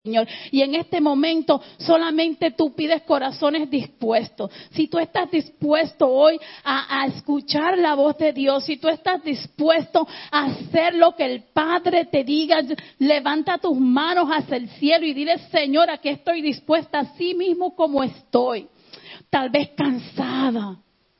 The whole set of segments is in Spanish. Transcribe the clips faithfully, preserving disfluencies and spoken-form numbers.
Señor, y en este momento solamente tú pides corazones dispuestos. Si tú estás dispuesto hoy a, a escuchar la voz de Dios, si tú estás dispuesto a hacer lo que el Padre te diga, levanta tus manos hacia el cielo y dile: Señor, aquí estoy dispuesta así mismo como estoy. Tal vez cansada,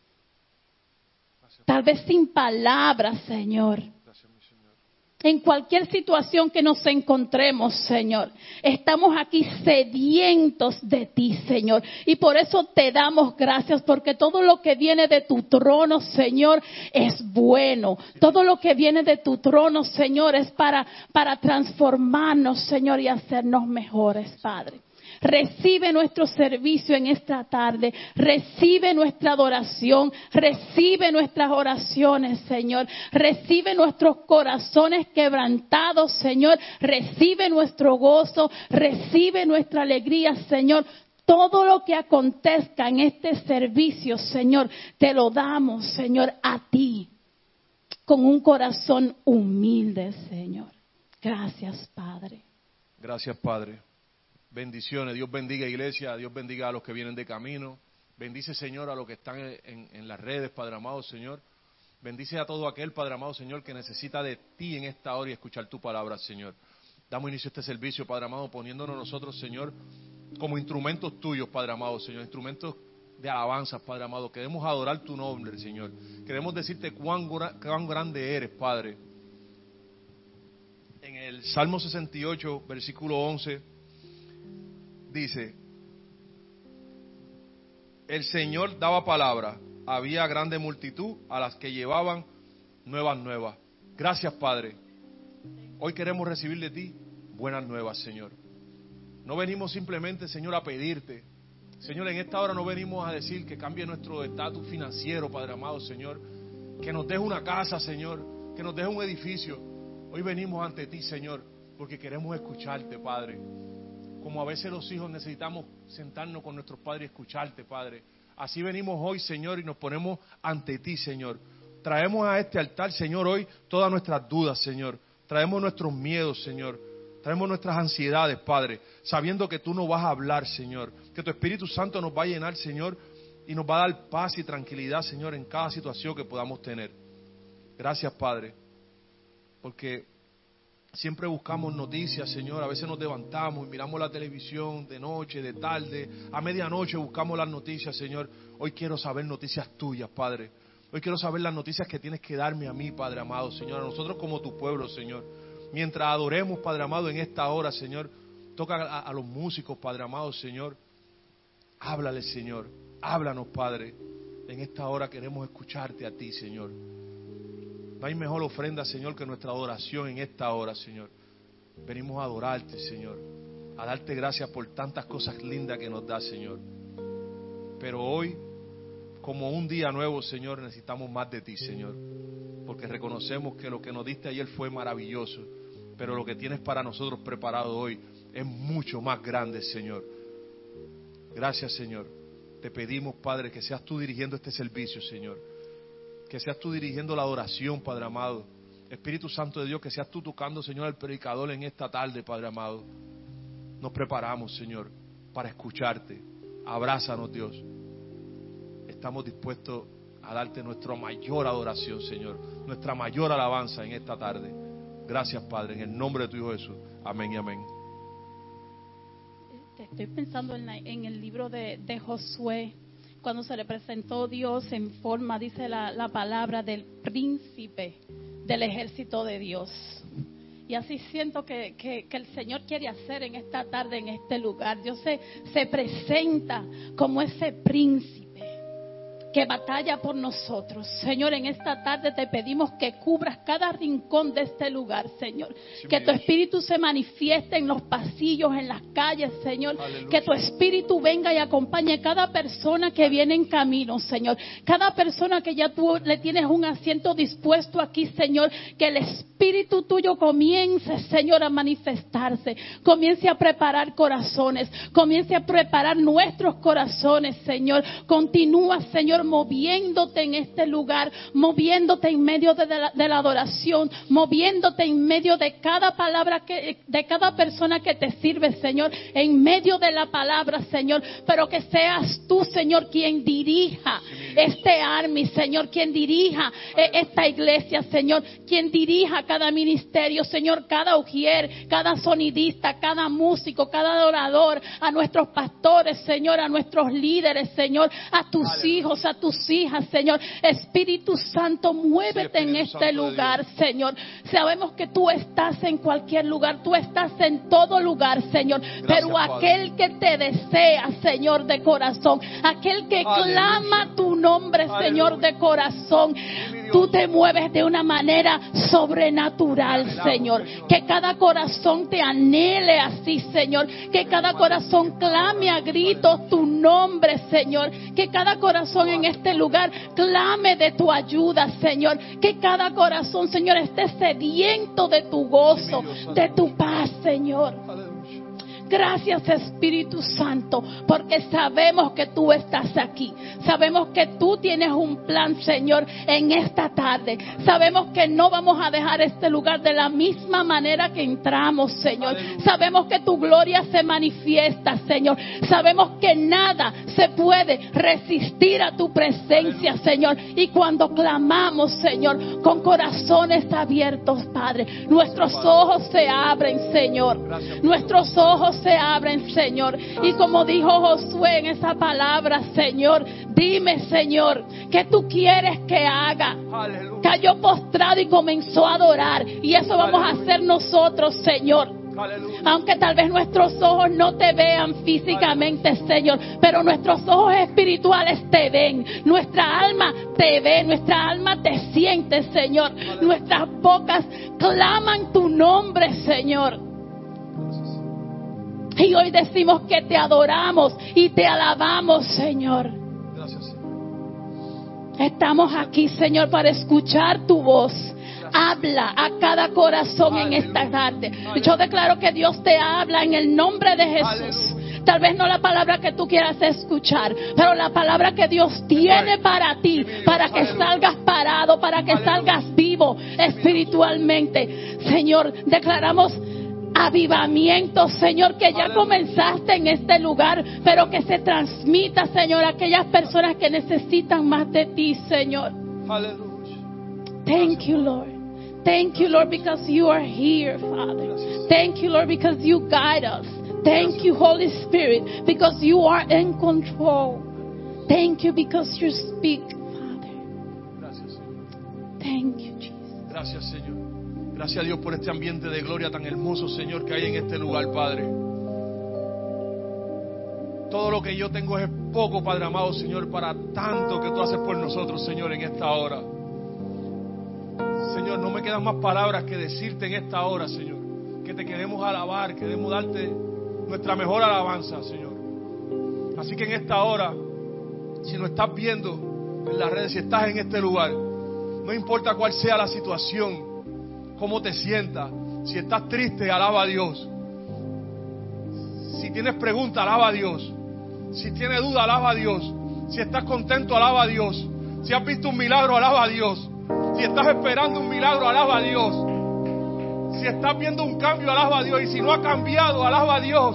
tal vez sin palabras, Señor. En cualquier situación que nos encontremos, Señor, estamos aquí sedientos de ti, Señor. Y por eso te damos gracias, porque todo lo que viene de tu trono, Señor, es bueno. Todo lo que viene de tu trono, Señor, es para, para transformarnos, Señor, y hacernos mejores, Padre. Recibe nuestro servicio en esta tarde, recibe nuestra adoración, recibe nuestras oraciones, Señor, recibe nuestros corazones quebrantados, Señor, recibe nuestro gozo, recibe nuestra alegría, Señor. Todo lo que acontezca en este servicio, Señor, te lo damos, Señor, a ti, con un corazón humilde, Señor. Gracias, Padre. Gracias, Padre. Bendiciones. Dios bendiga, iglesia. Dios bendiga a los que vienen de camino. Bendice, Señor, a los que están en, en las redes, Padre amado, Señor. Bendice a todo aquel, Padre amado, Señor, que necesita de ti en esta hora y escuchar tu palabra, Señor. Damos inicio a este servicio, Padre amado, poniéndonos nosotros, Señor, como instrumentos tuyos, Padre amado, Señor. Instrumentos de alabanza, Padre amado. Queremos adorar tu nombre, Señor. Queremos decirte cuán, cuán grande eres, Padre. En el Salmo sesenta y ocho, versículo once, dice: el Señor daba palabra, había grande multitud a las que llevaban nuevas nuevas. Gracias, Padre. Hoy queremos recibir de ti buenas nuevas, Señor. No venimos simplemente, Señor, a pedirte. Señor, en esta hora no venimos a decir que cambie nuestro estatus financiero, Padre amado, Señor. Que nos deje una casa, Señor. Que nos deje un edificio. Hoy venimos ante ti, Señor, porque queremos escucharte, Padre. Como a veces los hijos necesitamos sentarnos con nuestros padres y escucharte, Padre. Así venimos hoy, Señor, y nos ponemos ante ti, Señor. Traemos a este altar, Señor, hoy todas nuestras dudas, Señor. Traemos nuestros miedos, Señor. Traemos nuestras ansiedades, Padre, sabiendo que tú nos vas a hablar, Señor. Que tu Espíritu Santo nos va a llenar, Señor, y nos va a dar paz y tranquilidad, Señor, en cada situación que podamos tener. Gracias, Padre, porque siempre buscamos noticias, Señor. A veces nos levantamos y miramos la televisión de noche, de tarde, a medianoche buscamos las noticias, Señor. Hoy quiero saber noticias tuyas, Padre. Hoy quiero saber las noticias que tienes que darme a mí, Padre amado, Señor. A nosotros como tu pueblo, Señor. Mientras adoremos, Padre amado, en esta hora, Señor, toca a, a los músicos, Padre amado, Señor. Háblale, Señor. Háblanos, Padre. En esta hora queremos escucharte a ti, Señor. No hay mejor ofrenda, Señor, que nuestra adoración en esta hora, Señor. Venimos a adorarte, Señor. A darte gracias por tantas cosas lindas que nos das, Señor. Pero hoy, como un día nuevo, Señor, necesitamos más de ti, Señor. Porque reconocemos que lo que nos diste ayer fue maravilloso. Pero lo que tienes para nosotros preparado hoy es mucho más grande, Señor. Gracias, Señor. Te pedimos, Padre, que seas tú dirigiendo este servicio, Señor. Que seas tú dirigiendo la adoración, Padre amado. Espíritu Santo de Dios, que seas tú tocando, Señor, al predicador en esta tarde, Padre amado. Nos preparamos, Señor, para escucharte. Abrázanos, Dios. Estamos dispuestos a darte nuestra mayor adoración, Señor. Nuestra mayor alabanza en esta tarde. Gracias, Padre, en el nombre de tu Hijo Jesús. Amén y amén. Estoy pensando en, la, en el libro de, de Josué. Cuando se le presentó Dios en forma, dice la, la palabra, del príncipe del ejército de Dios. Y así siento que, que, que el Señor quiere hacer en esta tarde, en este lugar. Dios se, se presenta como ese príncipe que batalla por nosotros. Señor, en esta tarde te pedimos que cubras cada rincón de este lugar, Señor. Sí, que tu Espíritu se manifieste en los pasillos, en las calles, Señor. Aleluya. Que tu Espíritu venga y acompañe a cada persona que viene en camino, Señor. Cada persona que ya tú le tienes un asiento dispuesto aquí, Señor. Que el Espíritu tuyo comience, Señor, a manifestarse. Comience a preparar corazones. Comience a preparar nuestros corazones, Señor. Continúa, Señor, Señor, moviéndote en este lugar, moviéndote en medio de la, de la adoración, moviéndote en medio de cada palabra que, de cada persona que te sirve, Señor, en medio de la palabra, Señor, pero que seas tú, Señor, quien dirija este army, Señor, quien dirija eh, esta iglesia, Señor, quien dirija cada ministerio, Señor, cada ujier, cada sonidista, cada músico, cada adorador, a nuestros pastores, Señor, a nuestros líderes, Señor, a tus Aleluya. hijos, a tus hijas, Señor. Espíritu Santo, muévete sí, en este Santo lugar, Señor. Sabemos que tú estás en cualquier lugar, tú estás en todo lugar, Señor, Gracias, pero aquel Padre. que te desea, Señor, de corazón, aquel que Aleluya. clama tu nombre, Aleluya. Señor, de corazón, tú te mueves de una manera sobrenatural, Señor. Que cada corazón te anhele así, Señor. Que cada corazón clame a gritos tu nombre, Señor. Que cada corazón en este lugar clame de tu ayuda, Señor. Que cada corazón, Señor, esté sediento de tu gozo, de tu paz, Señor. Gracias, Espíritu Santo, porque sabemos que tú estás aquí. Sabemos que tú tienes un plan, Señor, en esta tarde. Sabemos que no vamos a dejar este lugar de la misma manera que entramos, Señor. Aleluya. Sabemos que tu gloria se manifiesta, Señor. Sabemos que nada se puede resistir a tu presencia, Aleluya. Señor. Y cuando clamamos, Señor, con corazones abiertos, Padre, nuestros ojos se abren, Señor. Nuestros ojos se abren, Señor. Y como dijo Josué en esa palabra, Señor, dime, Señor, ¿qué tú quieres que haga? Aleluya. Cayó postrado y comenzó a adorar. Y eso vamos Aleluya. a hacer nosotros, Señor. Aleluya. Aunque tal vez nuestros ojos no te vean físicamente, Aleluya. Señor, pero nuestros ojos espirituales te ven. Nuestra alma te ve, nuestra alma te siente, Señor. Aleluya. Nuestras bocas claman tu nombre, Señor. Y hoy decimos que te adoramos y te alabamos, Señor. Gracias, Señor. Estamos aquí, Señor, para escuchar tu voz. Gracias. Habla a cada corazón Aleluya. en esta tarde. Aleluya. Yo declaro que Dios te habla en el nombre de Jesús. Aleluya. Tal vez no la palabra que tú quieras escuchar, pero la palabra que Dios tiene para ti, para que salgas parado, para que salgas vivo espiritualmente. Señor, declaramos avivamiento, Señor, que ya comenzaste en este lugar, pero que se transmita, Señor, a aquellas personas que necesitan más de ti, Señor. Aleluya. Thank you, Lord. Thank you, Lord, because you are here, Father. Thank you, Lord, because you guide us. Thank you, Holy Spirit, because you are in control. Thank you because you speak, Father. Gracias, Señor. Thank you, Jesus. Gracias, Señor. Gracias a Dios por este ambiente de gloria tan hermoso, Señor, que hay en este lugar, Padre. Todo lo que yo tengo es poco, Padre amado, Señor, para tanto que tú haces por nosotros, Señor, en esta hora. Señor, no me quedan más palabras que decirte en esta hora, Señor, que te queremos alabar, queremos darte nuestra mejor alabanza, Señor. Así que en esta hora, si nos estás viendo en las redes, si estás en este lugar, no importa cuál sea la situación, cómo te sientas, si estás triste, alaba a Dios. Si tienes pregunta, alaba a Dios. Si tienes duda, alaba a Dios. Si estás contento, alaba a Dios. Si has visto un milagro, alaba a Dios. Si estás esperando un milagro, alaba a Dios. Si estás viendo un cambio, alaba a Dios. Y si no ha cambiado, alaba a Dios.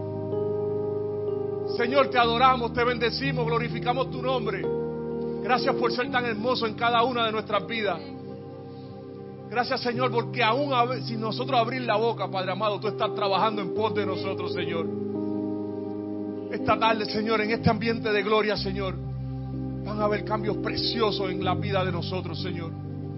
Señor, te adoramos, te bendecimos, glorificamos tu nombre. Gracias por ser tan hermoso en cada una de nuestras vidas. Gracias, Señor, porque aún sin nosotros abrir la boca, Padre amado, tú estás trabajando en pos de nosotros, Señor. Esta tarde, Señor, en este ambiente de gloria, Señor, van a haber cambios preciosos en la vida de nosotros, Señor.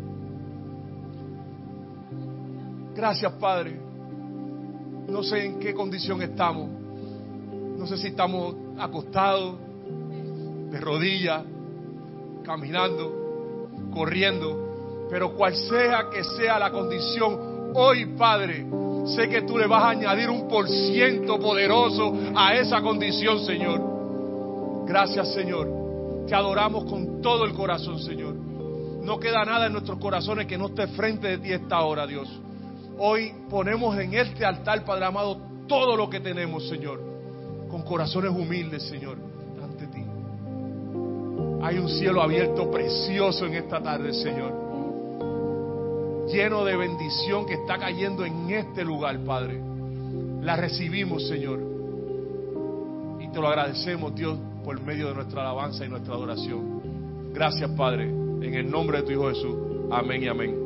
Gracias, Padre. No sé en qué condición estamos. No sé si estamos acostados, de rodillas, caminando, corriendo. Pero cual sea que sea la condición, hoy, Padre, sé que tú le vas a añadir un por ciento poderoso a esa condición, Señor. Gracias, Señor. Te adoramos con todo el corazón, Señor. No queda nada en nuestros corazones que no esté frente de ti esta hora, Dios. Hoy ponemos en este altar, Padre amado, todo lo que tenemos, Señor, con corazones humildes, Señor, ante ti. Hay un cielo abierto precioso en esta tarde, Señor, lleno de bendición que está cayendo en este lugar, Padre. La recibimos, Señor, y te lo agradecemos, Dios, por medio de nuestra alabanza y nuestra adoración. Gracias, Padre, en el nombre de tu Hijo Jesús. Amén y amén.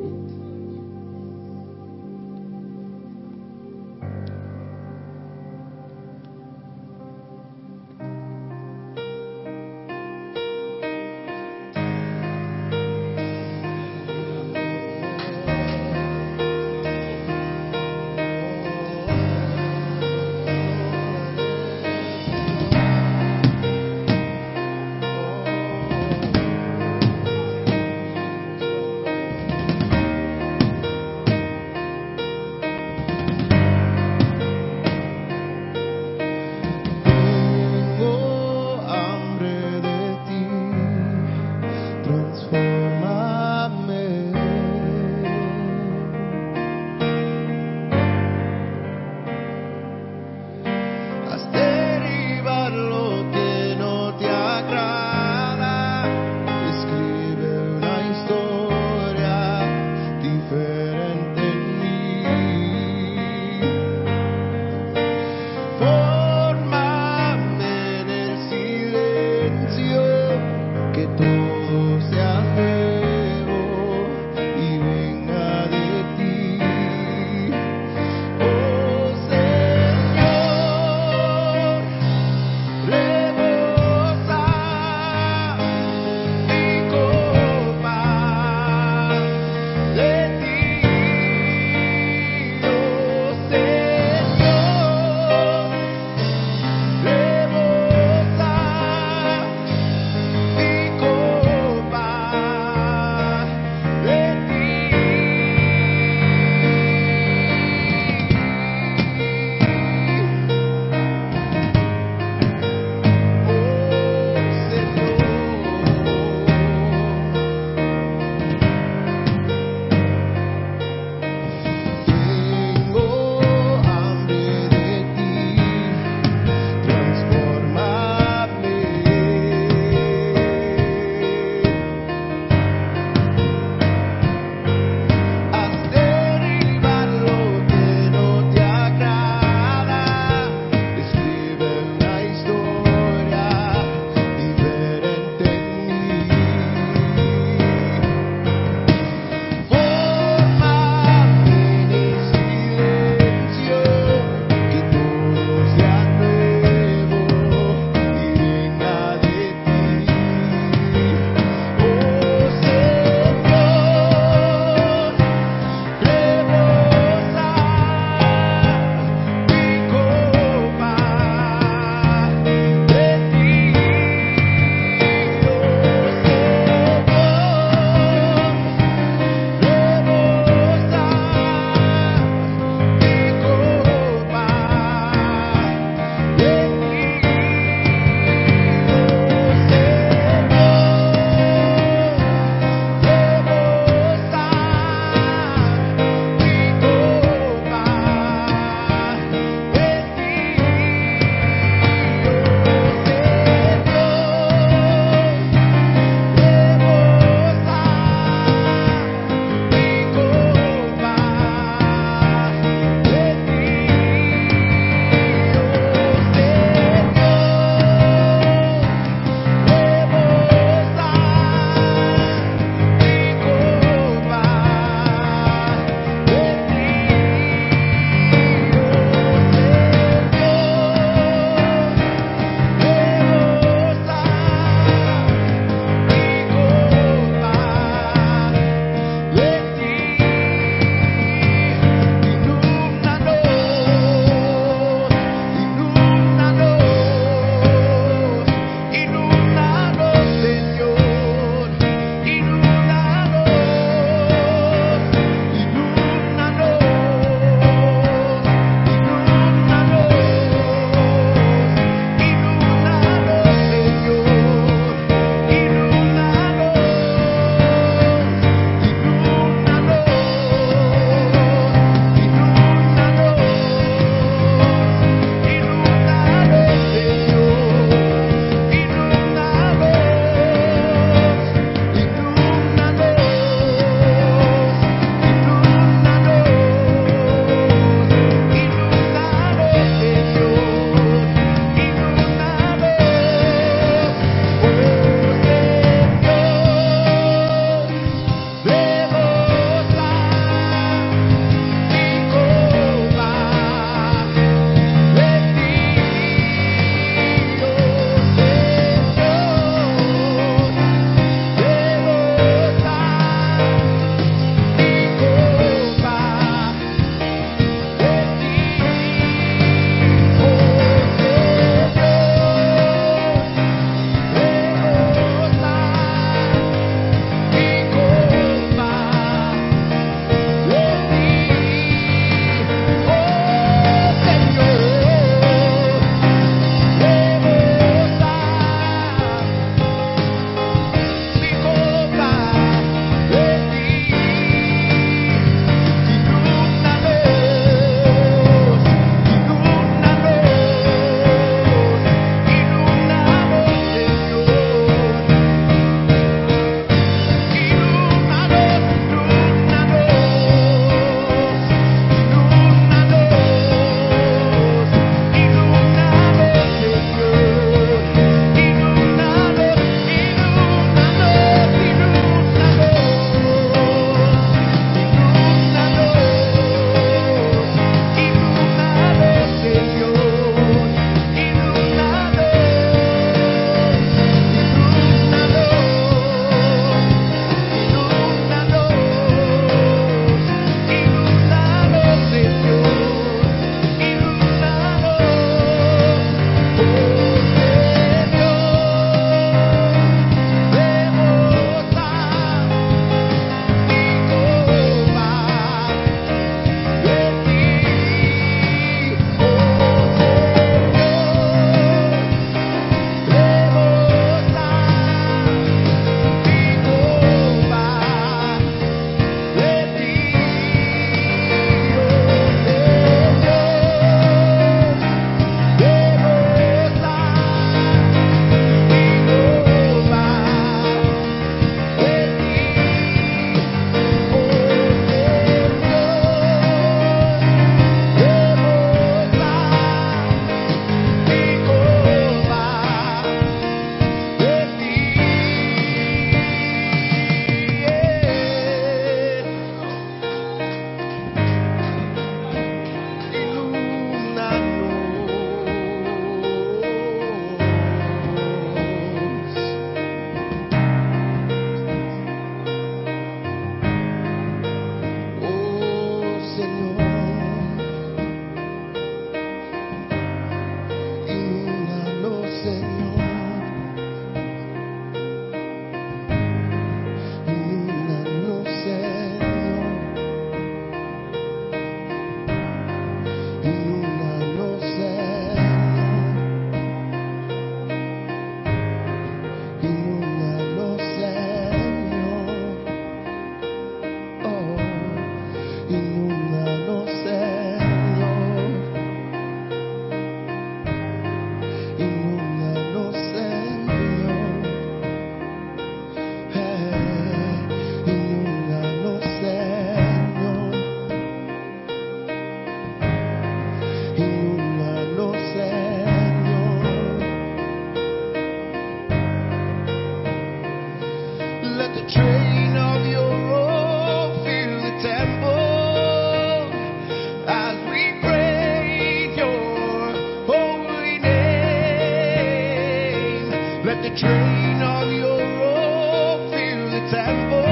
the train of your robe fill the temple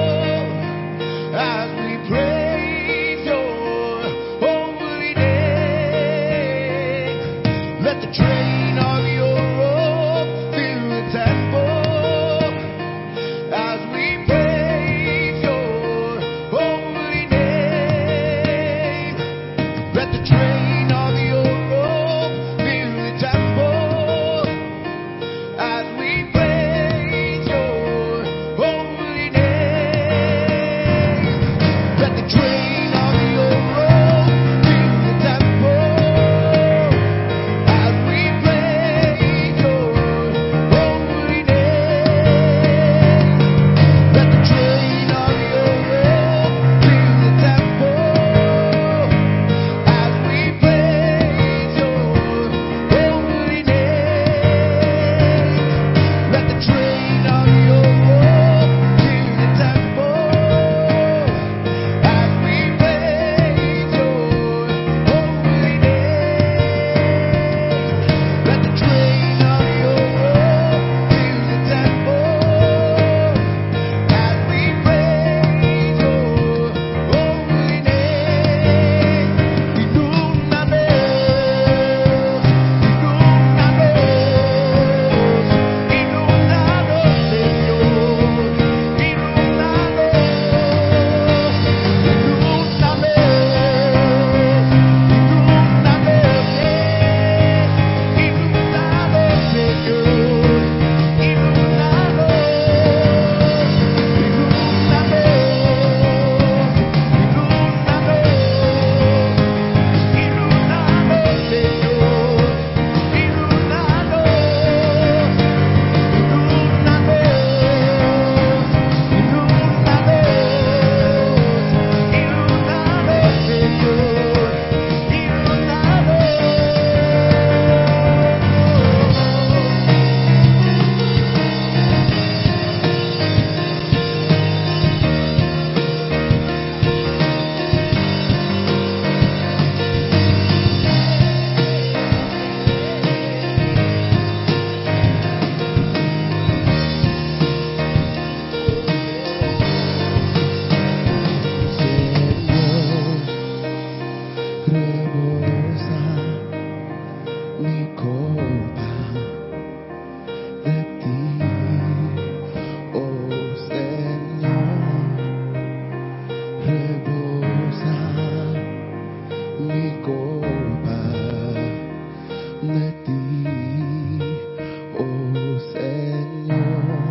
as we praise your holy name. Let the train of your robe fill the temple as we praise your holy name. Let the train of your robe fill the temple as we praise your holy name. Let the train of your robe fill the temple as we praise your holy name. Let the train of your robe fill the temple as we praise your holy name. Let the train of your robe fill the temple as we praise your holy name. Let the train of your robe fill the temple as we praise your holy name. Rebosa mi copa de ti, oh Señor. Rebosa mi copa de ti, oh Señor.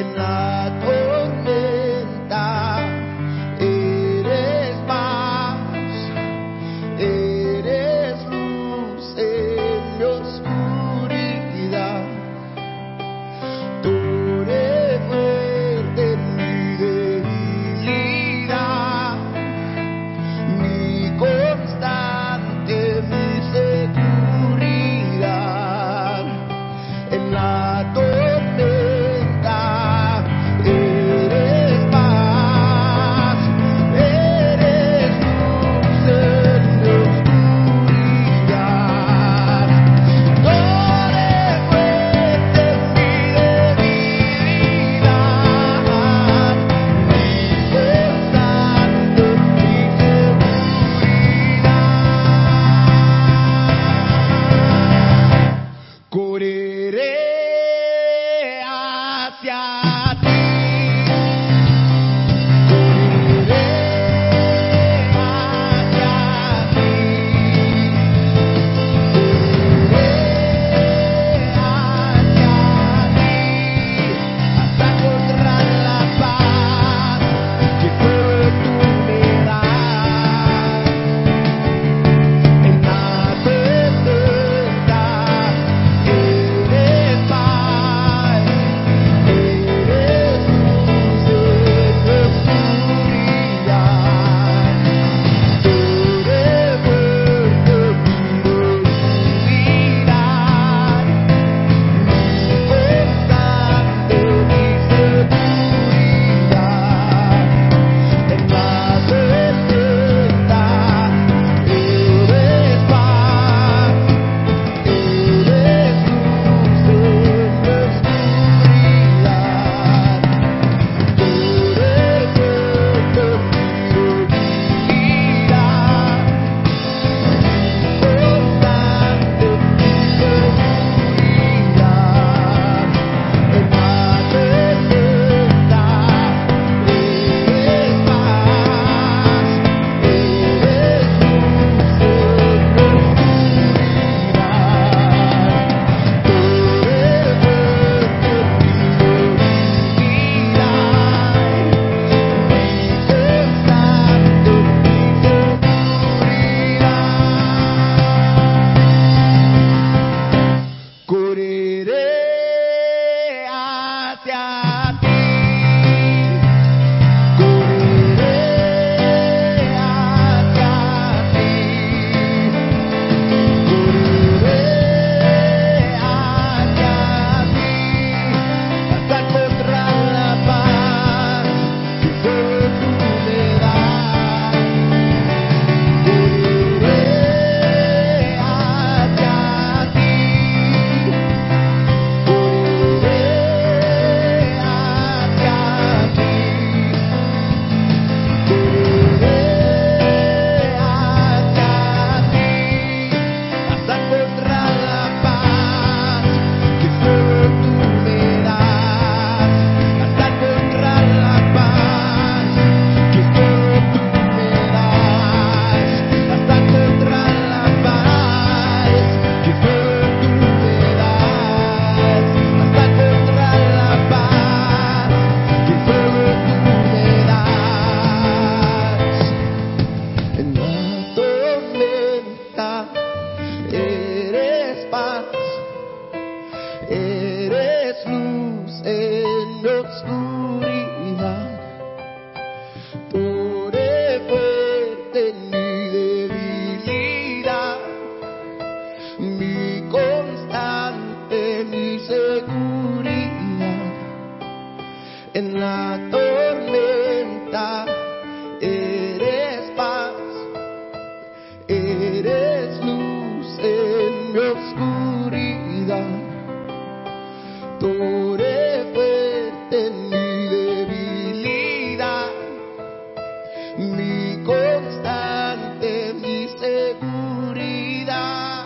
en la tormenta. Eres paz, eres luz en mi oscuridad. Tú eres fuerte en mi debilidad, mi constante, mi seguridad. En la tormenta eres paz, eres luz en mi oscuridad. Tú eres fuerte en mi debilidad, mi constante, mi seguridad. Correré hacia ti, correré hacia ti, correré hacia ti, hasta encontrar la paz que solo tú me das. En la tormenta eres paz, eres luz en mi oscuridad. Tú eres fuerte en mi debilidad, mi constante, mi seguridad. En la tormenta eres paz, eres luz en mi oscuridad. Tú eres fuerte en mi debilidad, constante, mi seguridad. En la tormenta eres paz, eres luz en mi oscuridad. Tú eres fuerte en mi debilidad, mi constante, mi seguridad. Correré hacia ti, correré hacia ti, correré hacia ti, hasta encontrar la paz que solo tú me das. Correré hacia ti, correré hacia ti, correré hacia ti, hasta encontrar la paz que solo tú me das. Hasta encontrar la paz que solo tú me das. Hasta encontrar la paz que solo tú me das. Hasta encontrar la paz que solo tú me das. En la tormenta eres paz, eres luz en mi oscuridad. Tú eres fuerte en mi debilidad, mi constante, mi seguridad. En la tormenta eres paz, eres luz en mi oscuridad. Tú eres fuerte en mi debilidad, mi constante, mi seguridad.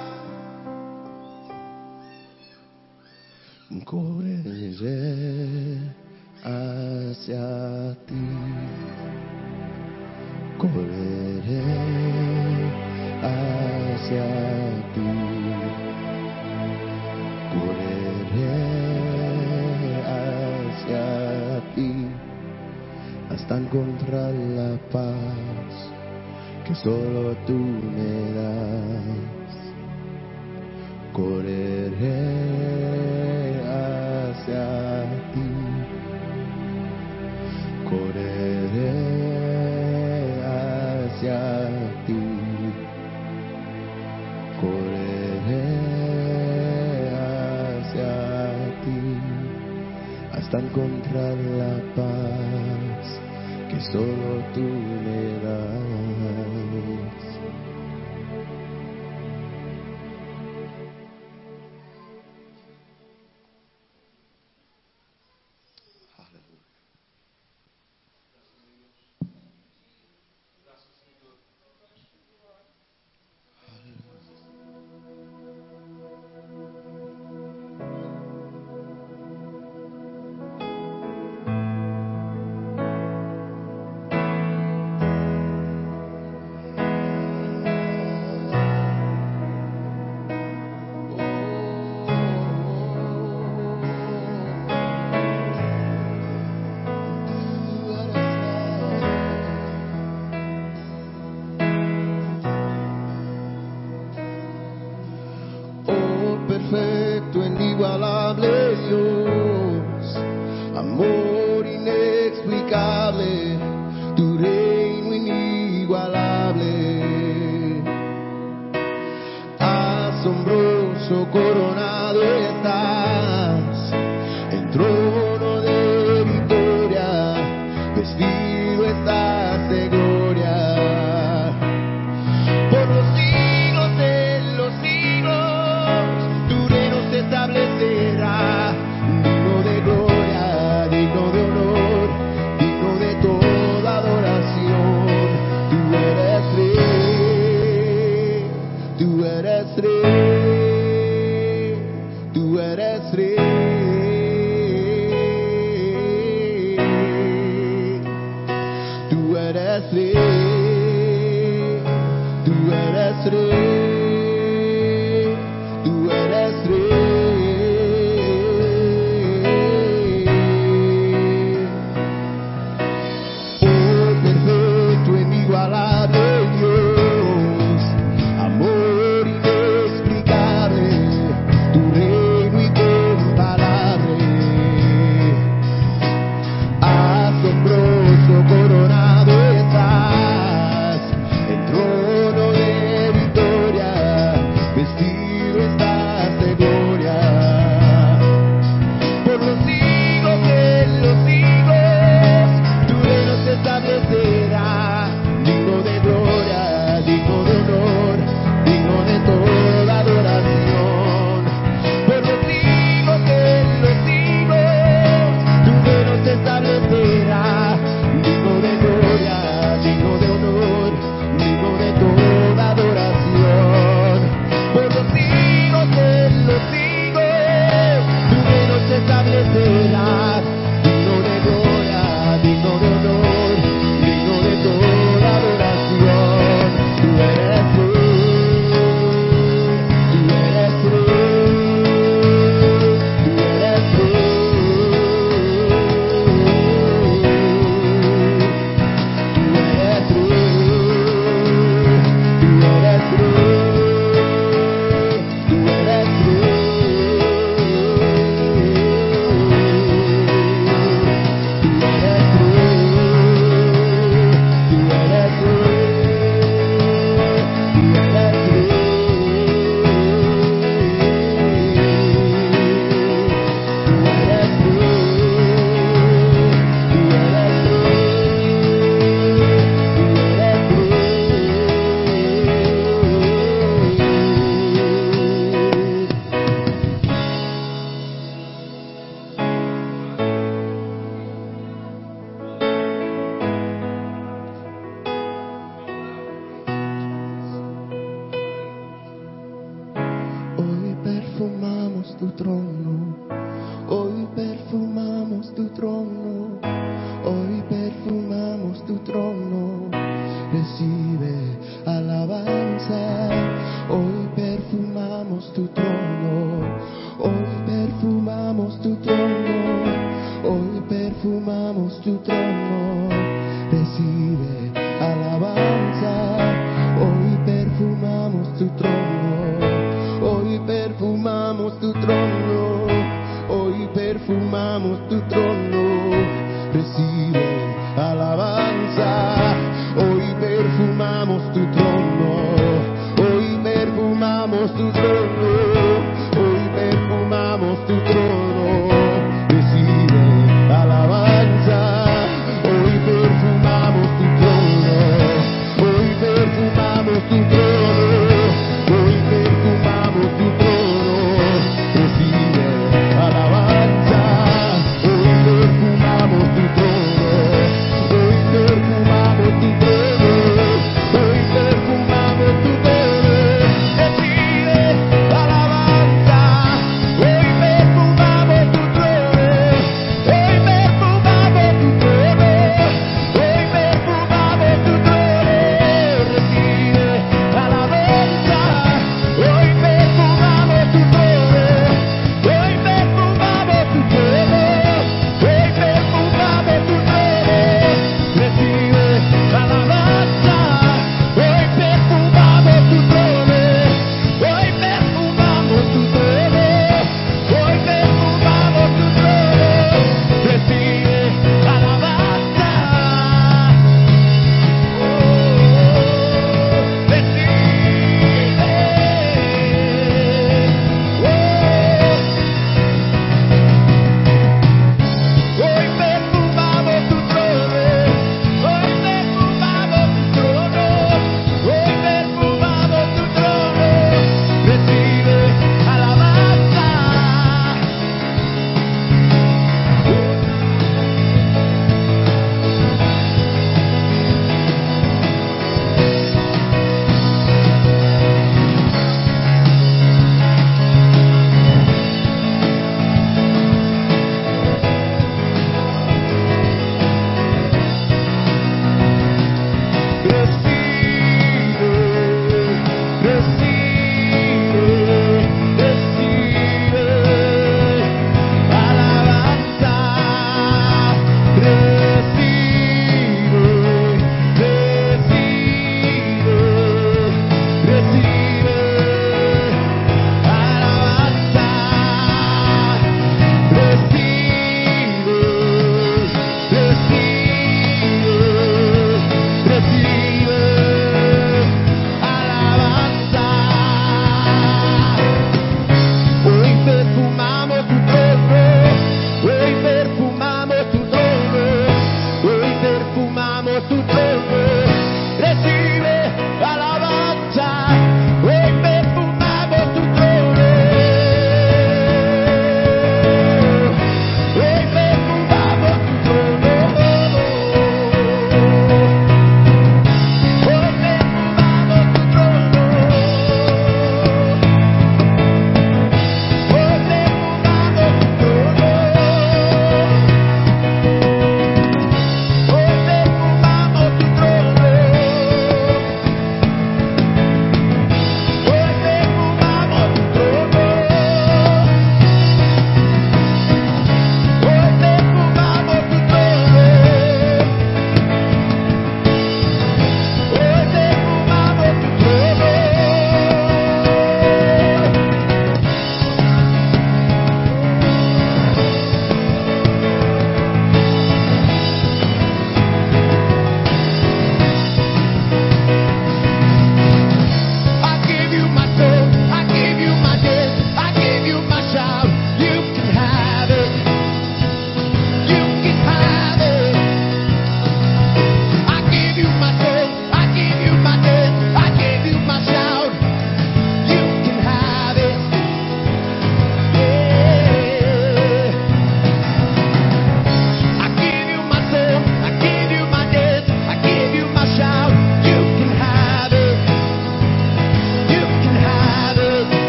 Correré hacia ti, correré hacia ti, correré hacia hasta encontrar la paz que solo tú me das. Correré hacia ti, correré hacia ti, correré hacia ti, hasta encontrar la paz que solo tú me das. perfumamos tu trono, recibe alabanza. Hoy perfumamos tu trono, hoy perfumamos tu trono, hoy perfumamos tu trono, recibe alabanza. Hoy perfumamos tu trono, hoy perfumamos tu trono, hoy perfumamos tu trono, recibe alabanza. Hoy perfumamos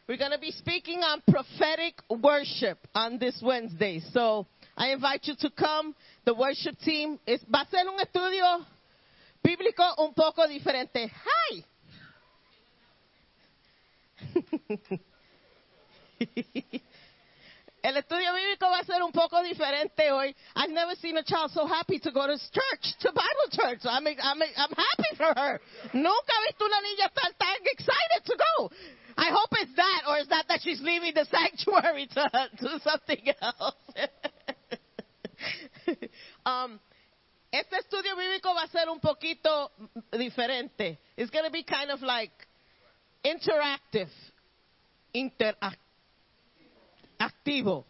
We're going to be speaking on prophetic worship on this Wednesday. So I invite you to come. The worship team es, va a ser un estudio bíblico un poco diferente. Hi. El estudio bíblico va a ser un poco diferente hoy. I've never seen a child so happy to go to church, to Bible church. I'm, I'm, I'm happy for her. Nunca he visto una niña tan, tan excited to go. I hope it's that, or is that that she's leaving the sanctuary to do something else? um, este estudio bíblico va a ser un poquito diferente. It's going to be kind of like interactive, interactivo.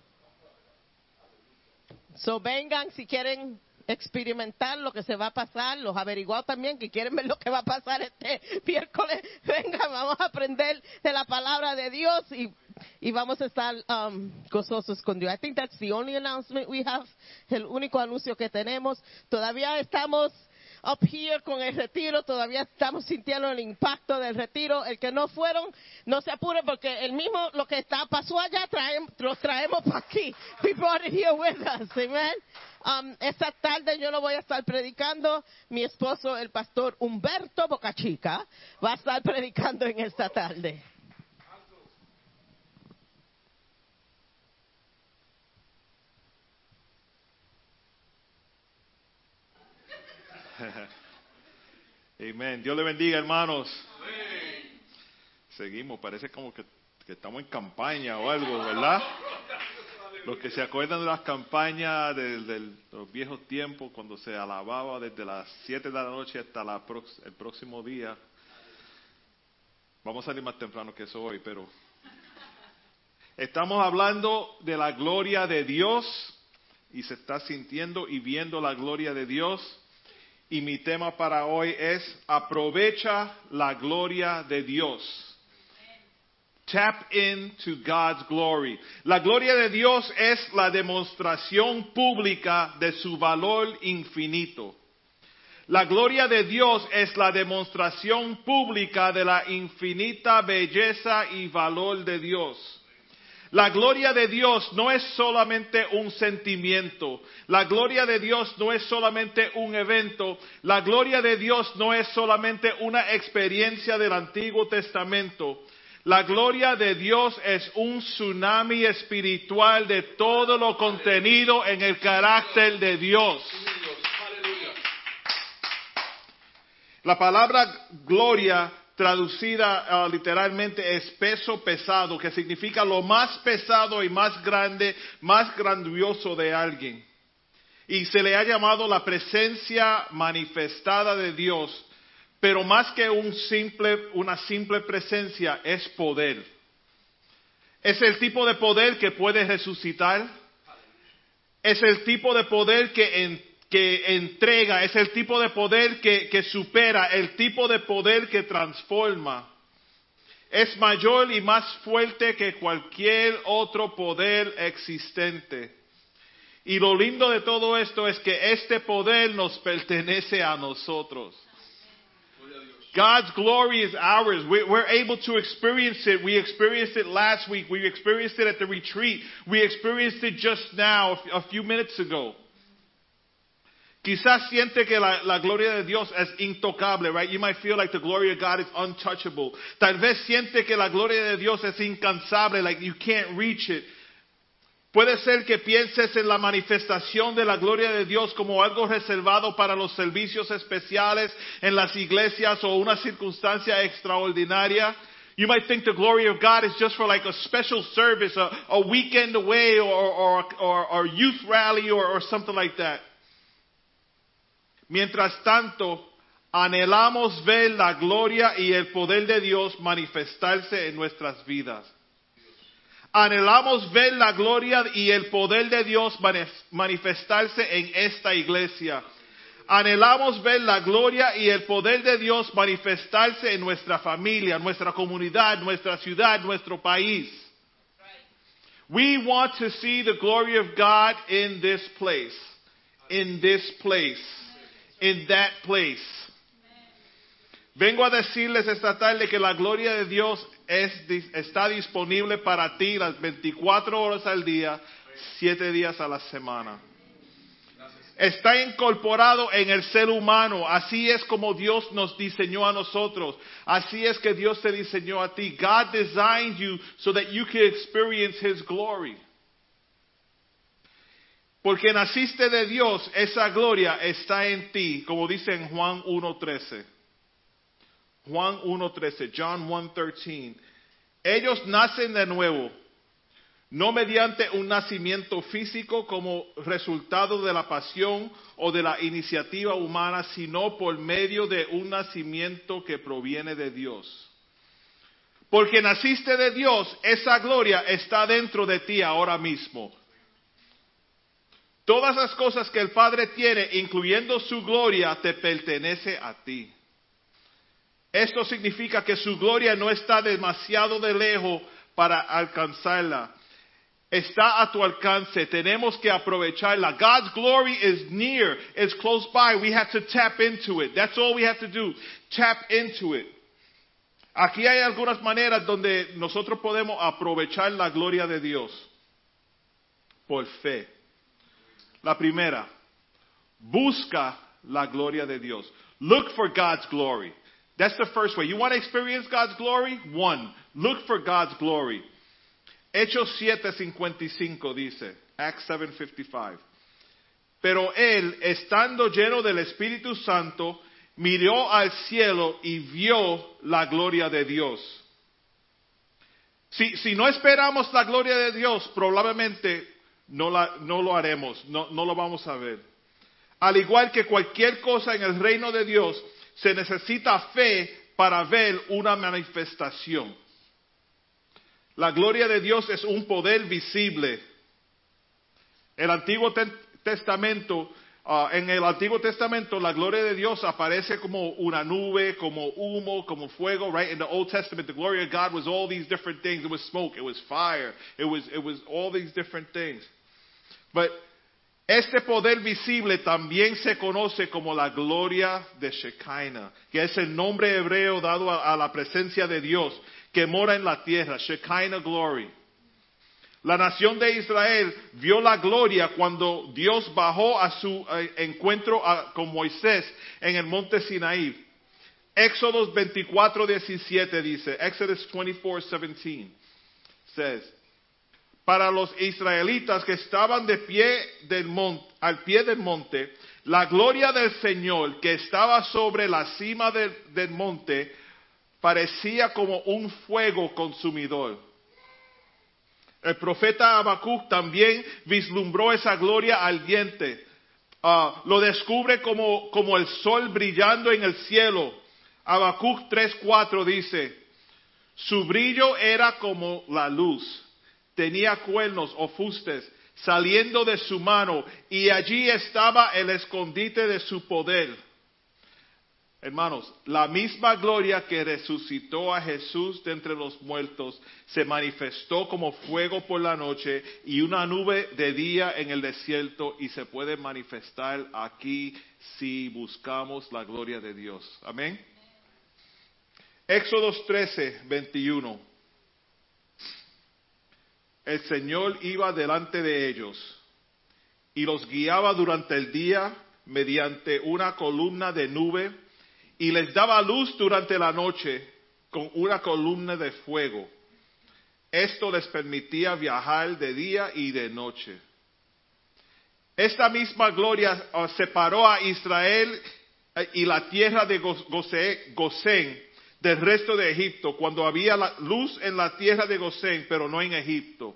So vengan si quieren experimentar lo que se va a pasar, los averiguados también que quieren ver lo que va a pasar este miércoles, vengan, vamos a aprender de la palabra de Dios y, y vamos a estar um, gozosos con Dios. I think that's the only announcement we have, el único anuncio que tenemos. Todavía estamos up here con el retiro, todavía estamos sintiendo el impacto del retiro. El que no fueron, no se apuren porque el mismo, lo que está pasó allá, traemos, los traemos para aquí. We brought it here with us, amen. Um, esta tarde yo no voy a estar predicando, mi esposo, el pastor Humberto Bocachica, va a estar predicando en esta tarde. Amén. Dios le bendiga, hermanos. Seguimos, parece como que, que estamos en campaña o algo, ¿verdad? Los que se acuerdan de las campañas de, de los viejos tiempos, cuando se alababa desde las siete de la noche hasta la prox, el próximo día. Vamos a salir más temprano que eso hoy, pero estamos hablando de la gloria de Dios y se está sintiendo y viendo la gloria de Dios. Y mi tema para hoy es aprovecha la gloria de Dios. Tap into God's glory. La gloria de Dios es la demostración pública de su valor infinito. La gloria de Dios es la demostración pública de la infinita belleza y valor de Dios. La gloria de Dios no es solamente un sentimiento. La gloria de Dios no es solamente un evento. La gloria de Dios no es solamente una experiencia del Antiguo Testamento. La gloria de Dios es un tsunami espiritual de todo lo contenido en el carácter de Dios. La palabra gloria traducida uh, literalmente es peso pesado, que significa lo más pesado y más grande, más grandioso de alguien. Y se le ha llamado la presencia manifestada de Dios, pero más que un simple, una simple presencia, es poder. Es el tipo de poder que puede resucitar, es el tipo de poder que en, que entrega, es el tipo de poder que, que supera, el tipo de poder que transforma. Es mayor y más fuerte que cualquier otro poder existente. Y lo lindo de todo esto es que este poder nos pertenece a nosotros. God's glory is ours. We, we're able to experience it. We experienced it last week. We experienced it at the retreat. We experienced it just now, a few minutes ago. Quizás siente que la, la gloria de Dios es intocable, right? You might feel like the glory of God is untouchable. Tal vez siente que la gloria de Dios es incansable, like you can't reach it. Puede ser que pienses en la manifestación de la gloria de Dios como algo reservado para los servicios especiales en las iglesias o una circunstancia extraordinaria. You might think the glory of God is just for like a special service, a, a weekend away or, or, or, or youth rally or, or something like that. Mientras tanto, anhelamos ver la gloria y el poder de Dios manifestarse en nuestras vidas. Anhelamos ver la gloria y el poder de Dios manifestarse en esta iglesia. Anhelamos ver la gloria y el poder de Dios manifestarse en nuestra familia, nuestra comunidad, nuestra ciudad, nuestro país. We want to see the glory of God in this place, in this place, in that place. Vengo a decirles esta tarde que la gloria de Dios es, está disponible para ti las veinticuatro horas al día, siete días a la semana. Está incorporado en el ser humano. Así es como Dios nos diseñó a nosotros. Así es que Dios te diseñó a ti. God designed you so that you can experience His glory. Porque naciste de Dios, esa gloria está en ti, como dice en Juan uno trece. Juan uno trece, John one thirteen. Ellos nacen de nuevo, no mediante un nacimiento físico como resultado de la pasión o de la iniciativa humana, sino por medio de un nacimiento que proviene de Dios. Porque naciste de Dios, esa gloria está dentro de ti ahora mismo. Todas las cosas que el Padre tiene, incluyendo su gloria, te pertenece a ti. Esto significa que su gloria no está demasiado de lejos para alcanzarla. Está a tu alcance. Tenemos que aprovecharla. God's glory is near. It's close by. We have to tap into it. That's all we have to do. Tap into it. Aquí hay algunas maneras donde nosotros podemos aprovechar la gloria de Dios. Por fe. La primera, busca la gloria de Dios. Look for God's glory. That's the first way. You want to experience God's glory? One, look for God's glory. Hechos siete cincuenta y cinco dice, Acts seven fifty-five. Pero él, estando lleno del Espíritu Santo, miró al cielo y vio la gloria de Dios. Si, si no esperamos la gloria de Dios, probablemente no, la, no lo haremos, no, no lo vamos a ver. Al igual que cualquier cosa en el reino de Dios, se necesita fe para ver una manifestación. La gloria de Dios es un poder visible. El Antiguo Testamento, uh, en el Antiguo Testamento, la gloria de Dios aparece como una nube, como humo, como fuego, right? In the Old Testament, the glory of God was all these different things. It was smoke, it was fire, it was, it was all these different things. But este poder visible también se conoce como la gloria de Shekinah, que es el nombre hebreo dado a, a la presencia de Dios que mora en la tierra, Shekinah glory. La nación de Israel vio la gloria cuando Dios bajó a su eh, encuentro a, con Moisés en el monte Sinaí. Éxodo veinticuatro diecisiete dice, Exodus twenty-four seventeen says, para los israelitas que estaban de pie del monte, al pie del monte, la gloria del Señor que estaba sobre la cima del, del monte parecía como un fuego consumidor. El profeta Habacuc también vislumbró esa gloria ardiente. Uh, lo descubre como, como el sol brillando en el cielo. Habacuc tres cuatro dice, su brillo era como la luz. Tenía cuernos o fustes saliendo de su mano y allí estaba el escondite de su poder. Hermanos, la misma gloria que resucitó a Jesús de entre los muertos se manifestó como fuego por la noche y una nube de día en el desierto y se puede manifestar aquí si buscamos la gloria de Dios. Amén. Éxodo trece veintiuno. El Señor iba delante de ellos y los guiaba durante el día mediante una columna de nube y les daba luz durante la noche con una columna de fuego. Esto les permitía viajar de día y de noche. Esta misma gloria uh, separó a Israel uh, y la tierra de Gosén del resto de Egipto, cuando había la luz en la tierra de Gosén, pero no en Egipto.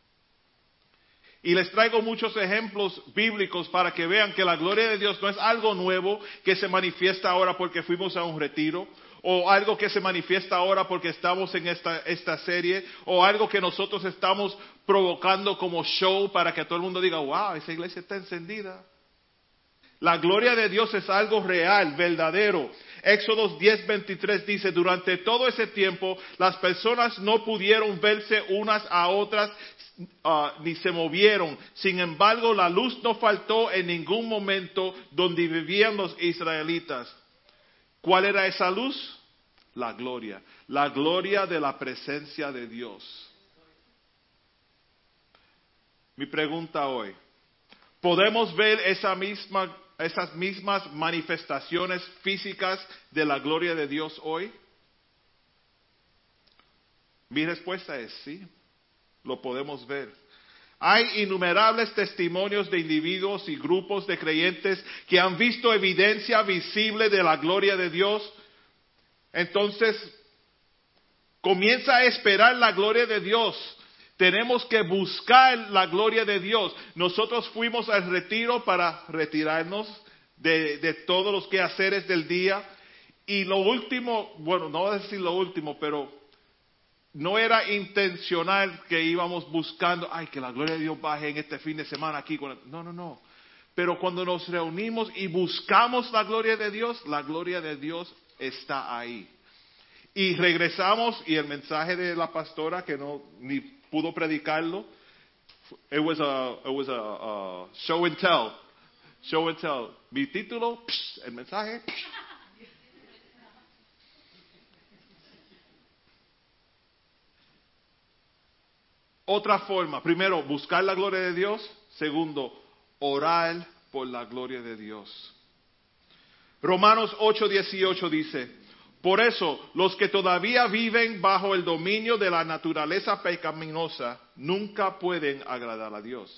Y les traigo muchos ejemplos bíblicos para que vean que la gloria de Dios no es algo nuevo que se manifiesta ahora porque fuimos a un retiro, o algo que se manifiesta ahora porque estamos en esta, esta serie, o algo que nosotros estamos provocando como show para que todo el mundo diga, wow, esa iglesia está encendida. La gloria de Dios es algo real, verdadero. Éxodo diez veintitrés dice, durante todo ese tiempo las personas no pudieron verse unas a otras uh, ni se movieron. Sin embargo, la luz no faltó en ningún momento donde vivían los israelitas. ¿Cuál era esa luz? La gloria. La gloria de la presencia de Dios. Mi pregunta hoy, ¿podemos ver esa misma, esas mismas manifestaciones físicas de la gloria de Dios hoy? Mi respuesta es sí, lo podemos ver. Hay innumerables testimonios de individuos y grupos de creyentes que han visto evidencia visible de la gloria de Dios. Entonces, comienza a esperar la gloria de Dios. Tenemos que buscar la gloria de Dios. Nosotros fuimos al retiro para retirarnos de, de todos los quehaceres del día. Y lo último, bueno, no voy a decir lo último, pero no era intencional que íbamos buscando, ay, que la gloria de Dios baje en este fin de semana aquí. No, no, no. Pero cuando nos reunimos y buscamos la gloria de Dios, la gloria de Dios está ahí. Y regresamos y el mensaje de la pastora que no ni pudo predicarlo, it was a, it was a, a show and tell, show and tell. Mi título, psh, el mensaje. Psh. Otra forma, primero, buscar la gloria de Dios. Segundo, orar por la gloria de Dios. Romanos ocho dieciocho dice, por eso, los que todavía viven bajo el dominio de la naturaleza pecaminosa nunca pueden agradar a Dios.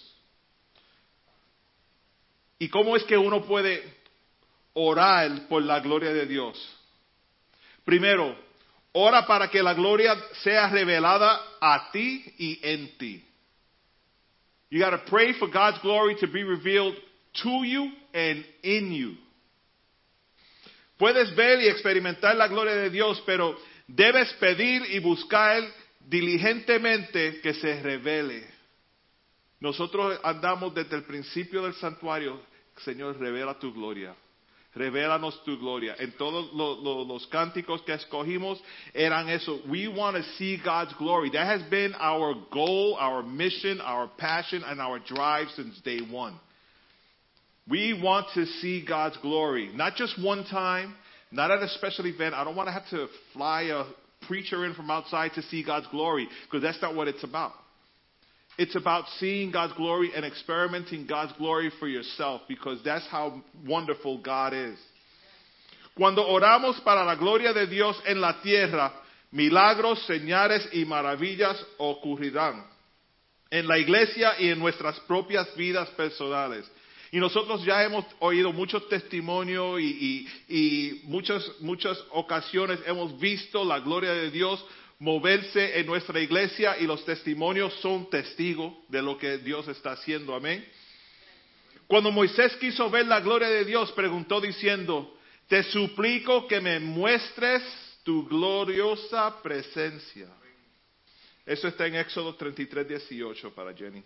¿Y cómo es que uno puede orar por la gloria de Dios? Primero, ora para que la gloria sea revelada a ti y en ti. You got to pray for God's glory to be revealed to you and in you. Puedes ver y experimentar la gloria de Dios, pero debes pedir y buscar diligentemente que se revele. Nosotros andamos desde el principio del santuario, Señor, revela tu gloria. Revélanos tu gloria. En todos los, los, los cánticos que escogimos eran eso. We want to see God's glory. That has been our goal, our mission, our passion, and our drive since day one. We want to see God's glory. Not just one time, not at a special event. I don't want to have to fly a preacher in from outside to see God's glory, because that's not what it's about. It's about seeing God's glory and experimenting God's glory for yourself, because that's how wonderful God is. Cuando oramos para la gloria de Dios en la tierra, milagros, señales y maravillas ocurrirán en la iglesia y en nuestras propias vidas personales. Y nosotros ya hemos oído muchos testimonios y, y, y muchas, muchas ocasiones hemos visto la gloria de Dios moverse en nuestra iglesia, y los testimonios son testigos de lo que Dios está haciendo. Amén. Cuando Moisés quiso ver la gloria de Dios, preguntó diciendo, te suplico que me muestres tu gloriosa presencia. Eso está en Éxodo treinta y tres, dieciocho para Jenny.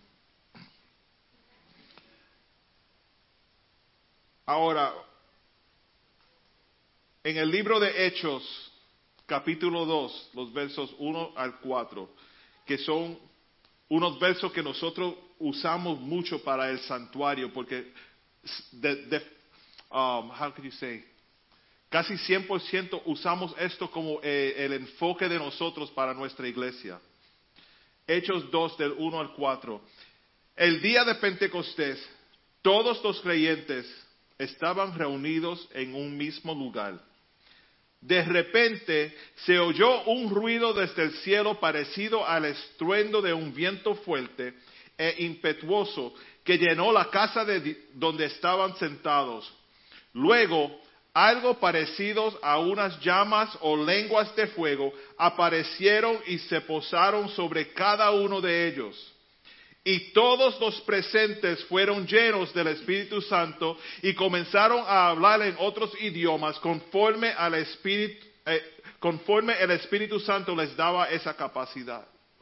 Ahora, en el libro de Hechos, capítulo dos, los versos uno al cuatro, que son unos versos que nosotros usamos mucho para el santuario, porque, de, de, um, how can you say, casi cien por ciento usamos esto como eh, el enfoque de nosotros para nuestra iglesia. Hechos dos, del uno al cuatro. El día de Pentecostés, todos los creyentes estaban reunidos en un mismo lugar. De repente se oyó un ruido desde el cielo parecido al estruendo de un viento fuerte e impetuoso que llenó la casa de donde estaban sentados. Luego, algo parecido a unas llamas o lenguas de fuego aparecieron y se posaron sobre cada uno de ellos. Y todos los presentes fueron llenos del Espíritu Santo y comenzaron a hablar en otros idiomas conforme al Espíritu, eh, conforme el Espíritu Santo les daba esa capacidad.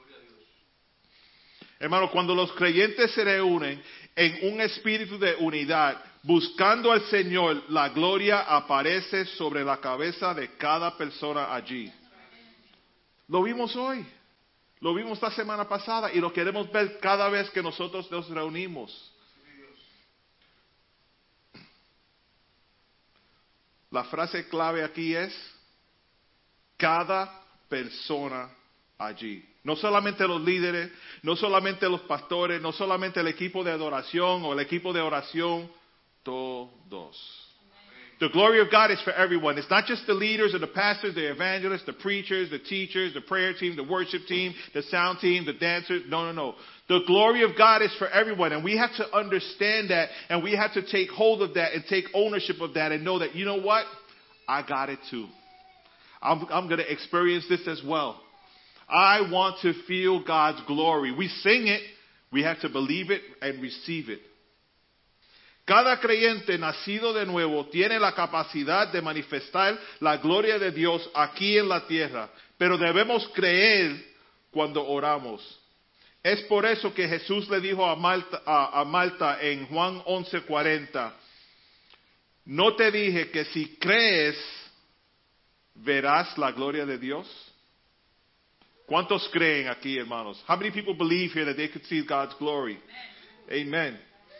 Hermano, cuando los creyentes se reúnen en un espíritu de unidad, buscando al Señor, la gloria aparece sobre la cabeza de cada persona allí. Lo vimos hoy. Lo vimos la semana pasada y lo queremos ver cada vez que nosotros nos reunimos. La frase clave aquí es cada persona allí. No solamente los líderes, no solamente los pastores, no solamente el equipo de adoración o el equipo de oración, todos. The glory of God is for everyone. It's not just the leaders or the pastors, the evangelists, the preachers, the teachers, the prayer team, the worship team, the sound team, the dancers. No, no, no. The glory of God is for everyone. And we have to understand that, and we have to take hold of that and take ownership of that and know that, you know what? I got it too. I'm, I'm going to experience this as well. I want to feel God's glory. We sing it. We have to believe it and receive it. Cada creyente nacido de nuevo tiene la capacidad de manifestar la gloria de Dios aquí en la tierra, pero debemos creer cuando oramos. Es por eso que Jesús le dijo a Marta, a, a Marta en Juan once cuarenta, ¿no te dije que si crees verás la gloria de Dios? ¿Cuántos creen aquí, hermanos? How many people believe here that they could see God's glory? Amen.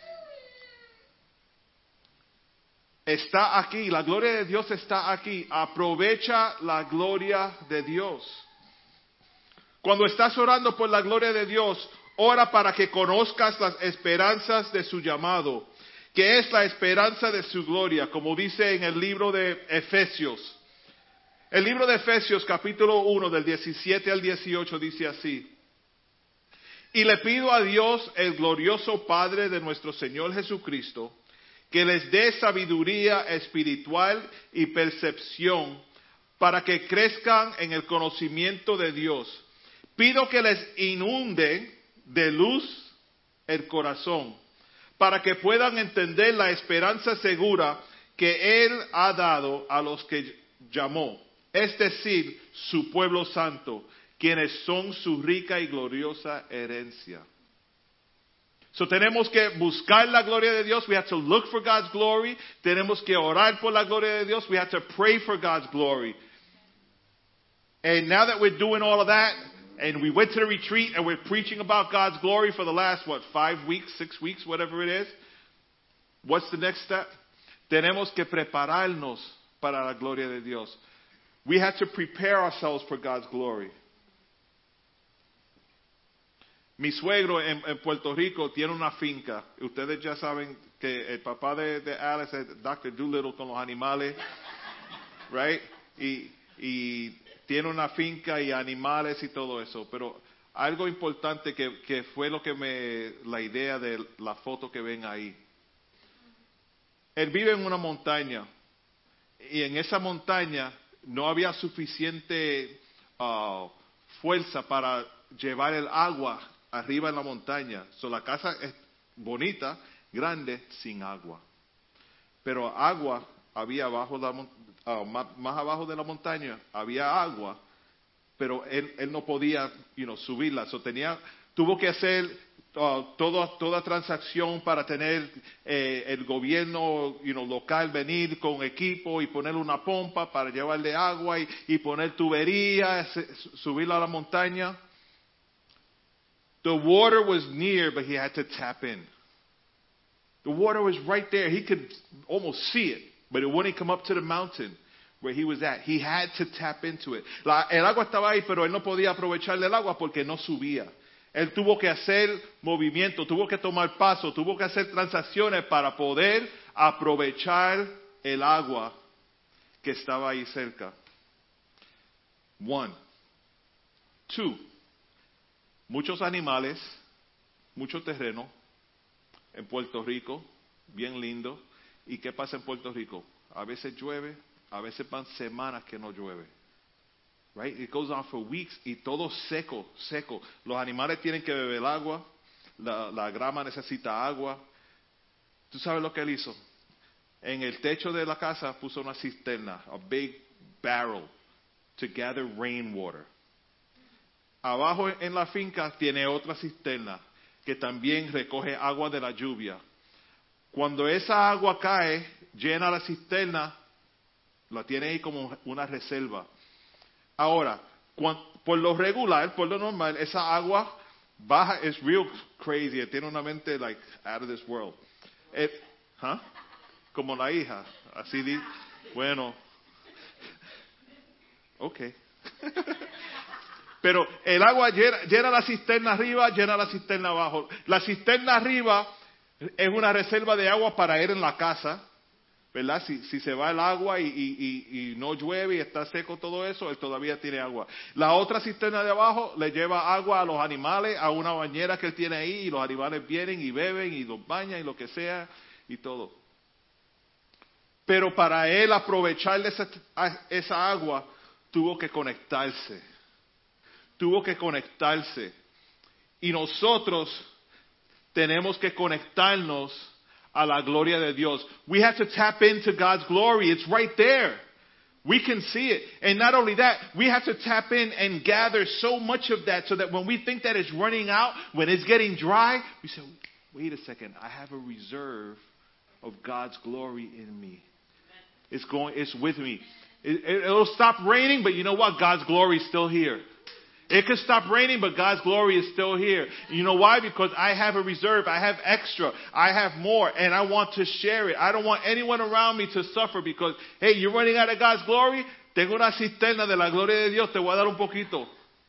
Está aquí, la gloria de Dios está aquí. Aprovecha la gloria de Dios. Cuando estás orando por la gloria de Dios, ora para que conozcas las esperanzas de su llamado, que es la esperanza de su gloria, como dice en el libro de Efesios. El libro de Efesios capítulo uno del diecisiete al dieciocho dice así: y le pido a Dios, el glorioso Padre de nuestro Señor Jesucristo, que les dé sabiduría espiritual y percepción para que crezcan en el conocimiento de Dios. Pido que les inunde de luz el corazón, para que puedan entender la esperanza segura que Él ha dado a los que llamó, es decir, su pueblo santo, quienes son su rica y gloriosa herencia. So tenemos que buscar la gloria de Dios. We have to look for God's glory. Tenemos que orar por la gloria de Dios. We have to pray for God's glory. And now that we're doing all of that, and we went to the retreat and we're preaching about God's glory for the last, what, five weeks, six weeks, whatever it is, what's the next step? Tenemos que prepararnos para la gloria de Dios. We have to prepare ourselves for God's glory. Mi suegro en, en Puerto Rico tiene una finca. Ustedes ya saben que el papá de, de Alex es doctor Doolittle con los animales, right? Y, y tiene una finca y animales y todo eso. Pero algo importante que, que fue lo que me, la idea de la foto que ven ahí. Él vive en una montaña y en esa montaña no había suficiente uh, fuerza para llevar el agua arriba en la montaña. So, la casa es bonita, grande, sin agua. Pero agua había abajo, de la, uh, más, más abajo de la montaña, había agua, pero él, él no podía you know, subirla. So, tenía, tuvo que hacer uh, todo, toda transacción para tener eh, el gobierno you know, local venir con equipo y poner una pompa para llevarle agua y, y poner tubería, subirla a la montaña. The water was near, but he had to tap in. The water was right there. He could almost see it, but it wouldn't come up to the mountain where he was at. He had to tap into it. La, el agua estaba ahí, pero él no podía aprovecharle el agua porque no subía. Él tuvo que hacer movimiento, tuvo que tomar paso, tuvo que hacer transacciones para poder aprovechar el agua que estaba ahí cerca. One. Two. Muchos animales, mucho terreno en Puerto Rico, bien lindo. ¿Y qué pasa en Puerto Rico? A veces llueve, a veces van semanas que no llueve. Right? It goes on for weeks y todo seco, seco. Los animales tienen que beber agua, la, la grama necesita agua. ¿Tú sabes lo que él hizo? En el techo de la casa puso una cisterna, a big barrel, to gather rainwater. Abajo en la finca tiene otra cisterna que también recoge agua de la lluvia. Cuando esa agua cae, llena la cisterna, la tiene ahí como una reserva. Ahora, cuando, por lo regular, por lo normal, esa agua baja, es real crazy, tiene una mente like out of this world. It, huh? Como la hija, así di, Bueno. Ok. Pero el agua llena, llena la cisterna arriba, llena la cisterna abajo. La cisterna arriba es una reserva de agua para ir en la casa, ¿verdad? Si, si se va el agua y, y, y, y no llueve y está seco todo eso, él todavía tiene agua. La otra cisterna de abajo le lleva agua a los animales, a una bañera que él tiene ahí, y los animales vienen y beben y los bañan y lo que sea y todo. Pero para él aprovechar esa, esa agua, tuvo que conectarse. Tuvo que conectarse. Y nosotros tenemos que conectarnos a la gloria de Dios. We have to tap into God's glory. It's right there. We can see it. And not only that, we have to tap in and gather so much of that so that when we think that it's running out, when it's getting dry, we say, wait a second, I have a reserve of God's glory in me. It's going, it's with me. It, it, it'll stop raining, but you know what? God's glory is still here. It could stop raining, but God's glory is still here. You know why? Because I have a reserve. I have extra. I have more, and I want to share it. I don't want anyone around me to suffer because, hey, you're running out of God's glory. Tengo una cisterna de la gloria de Dios. Te voy a dar un poquito.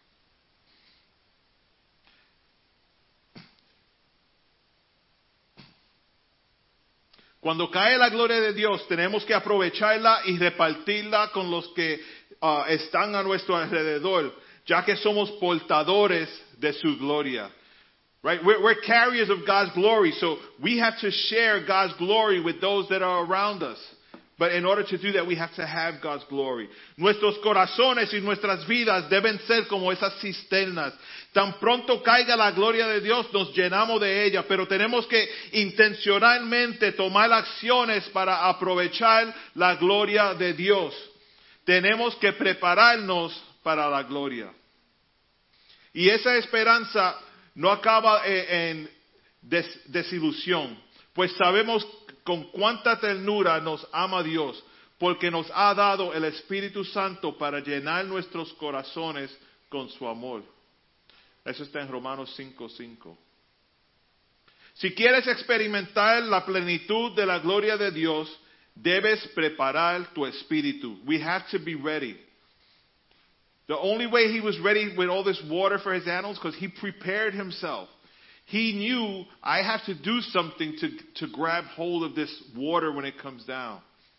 Cuando cae la gloria de Dios, tenemos que aprovecharla y repartirla con los que uh, están a nuestro alrededor, ya que somos portadores de su gloria. Right? We're, we're carriers of God's glory, so we have to share God's glory with those that are around us. But in order to do that, we have to have God's glory. Nuestros corazones y nuestras vidas deben ser como esas cisternas. Tan pronto caiga la gloria de Dios, nos llenamos de ella, pero tenemos que intencionalmente tomar acciones para aprovechar la gloria de Dios. Tenemos que prepararnos para la gloria. Y esa esperanza no acaba en des- desilusión, pues sabemos con cuánta ternura nos ama Dios, porque nos ha dado el Espíritu Santo para llenar nuestros corazones con su amor. Eso está en Romanos cinco cinco. Si quieres experimentar la plenitud de la gloria de Dios, debes preparar tu espíritu. We have to be ready. The only way he was ready with all this water for his animals, because he prepared himself. He knew, I have to do something to, to grab hold of this water when it comes down.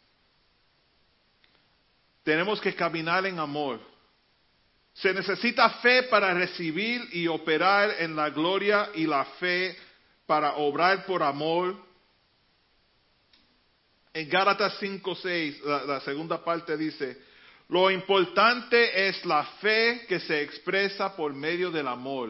Tenemos que caminar en amor. Se necesita fe para recibir y operar en la gloria y la fe para obrar por amor. En Gálatas cinco seis, la, la segunda parte dice, lo importante es la fe que se expresa por medio del amor.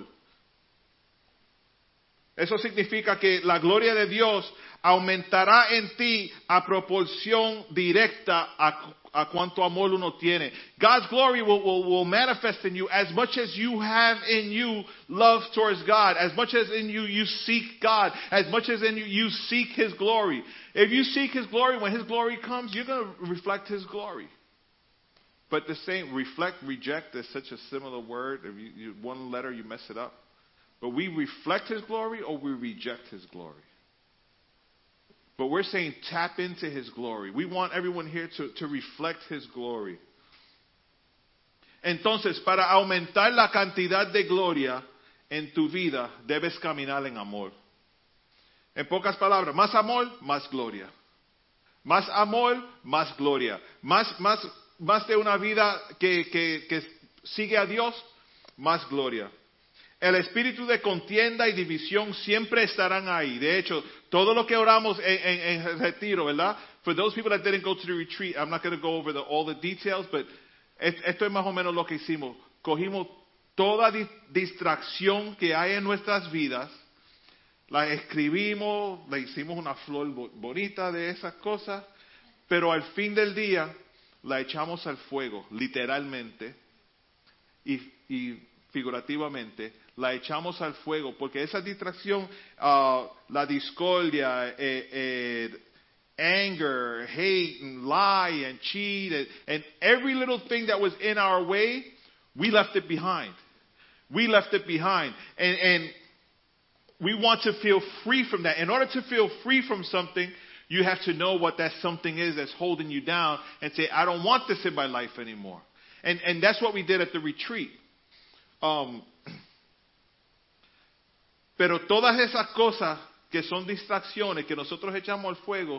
Eso significa que la gloria de Dios aumentará en ti a proporción directa a, a cuánto amor uno tiene. God's glory will, will, will manifest in you as much as you have in you love towards God, as much as in you you seek God, as much as in you you seek His glory. If you seek His glory, when His glory comes, you're going to reflect His glory. But the same, reflect, reject is such a similar word. If you, you one letter, you mess it up. But we reflect His glory or we reject His glory. But we're saying tap into His glory. We want everyone here to, to reflect His glory. Entonces, para aumentar la cantidad de gloria en tu vida, debes caminar en amor. En pocas palabras, más amor, más gloria. Más amor, más gloria. Más, más, más de una vida que, que, que sigue a Dios, más gloria. El espíritu de contienda y división siempre estarán ahí. De hecho, todo lo que oramos en, en, en retiro, ¿verdad? For those people that didn't go to the retreat, I'm not going to go over the, all the details, but esto es más o menos lo que hicimos. Cogimos toda di- distracción que hay en nuestras vidas, la escribimos, le hicimos una flor bo- bonita de esas cosas, pero al fin del día la echamos al fuego, literalmente, y, y figurativamente, la echamos al fuego, porque esa distracción, uh, la discordia, eh, eh, anger, hate, and lie, and cheat, and, and every little thing that was in our way, we left it behind. We left it behind. And, and we want to feel free from that. In order to feel free from something, You have to know what that something is that's holding you down and say, I don't want this in my life anymore. And, and that's what we did at the retreat. Um, pero todas esas cosas que son distracciones que nosotros echamos al fuego,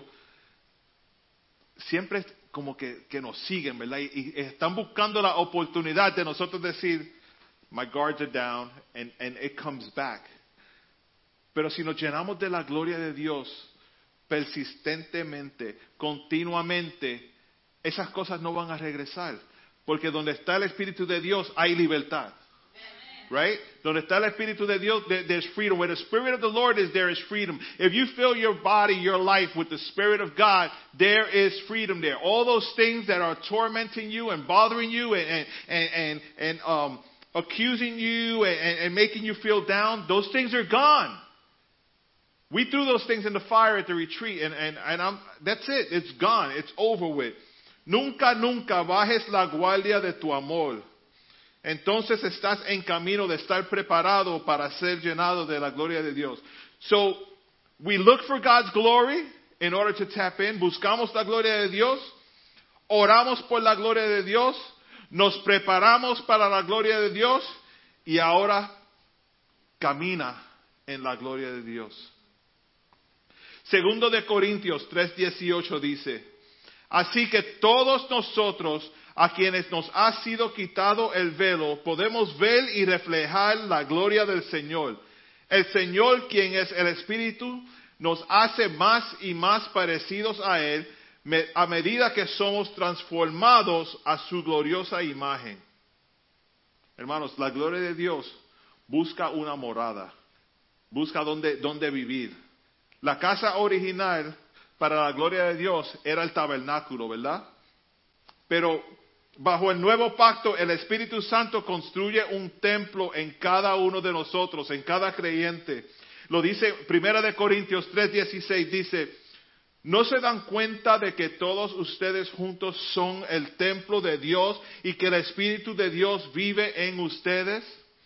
siempre como que, que nos siguen, ¿verdad? Y, y están buscando la oportunidad de nosotros decir, my guards are down, and, and it comes back. Pero si nos llenamos de la gloria de Dios persistentemente, continuamente, esas cosas no van a regresar. Porque donde está el Espíritu de Dios hay libertad. Right? Donde está el Espíritu de Dios, there, there's freedom. Where the Spirit of the Lord is, there is freedom. If you fill your body, your life with the Spirit of God, there is freedom there. All those things that are tormenting you and bothering you and, and, and, and um, accusing you and, and making you feel down, those things are gone. We threw those things in the fire at the retreat, and, and, and I'm, that's it. It's gone. It's over with. Nunca, nunca bajes la guardia de tu amor. Entonces estás en camino de estar preparado para ser llenado de la gloria de Dios. So, we look for God's glory in order to tap in. Buscamos la gloria de Dios. Oramos por la gloria de Dios. Nos preparamos para la gloria de Dios. Y ahora camina en la gloria de Dios. Segundo de Corintios tres dieciocho dice, así que todos nosotros, a quienes nos ha sido quitado el velo, podemos ver y reflejar la gloria del Señor. El Señor, quien es el Espíritu, nos hace más y más parecidos a Él a medida que somos transformados a su gloriosa imagen. Hermanos, la gloria de Dios busca una morada, busca dónde, dónde vivir. La casa original para la gloria de Dios era el tabernáculo, ¿verdad? Pero bajo el nuevo pacto, el Espíritu Santo construye un templo en cada uno de nosotros, en cada creyente. Lo dice Primera de Corintios tres dieciséis, dice, ¿no se dan cuenta de que todos ustedes juntos son el templo de Dios y que el Espíritu de Dios vive en ustedes?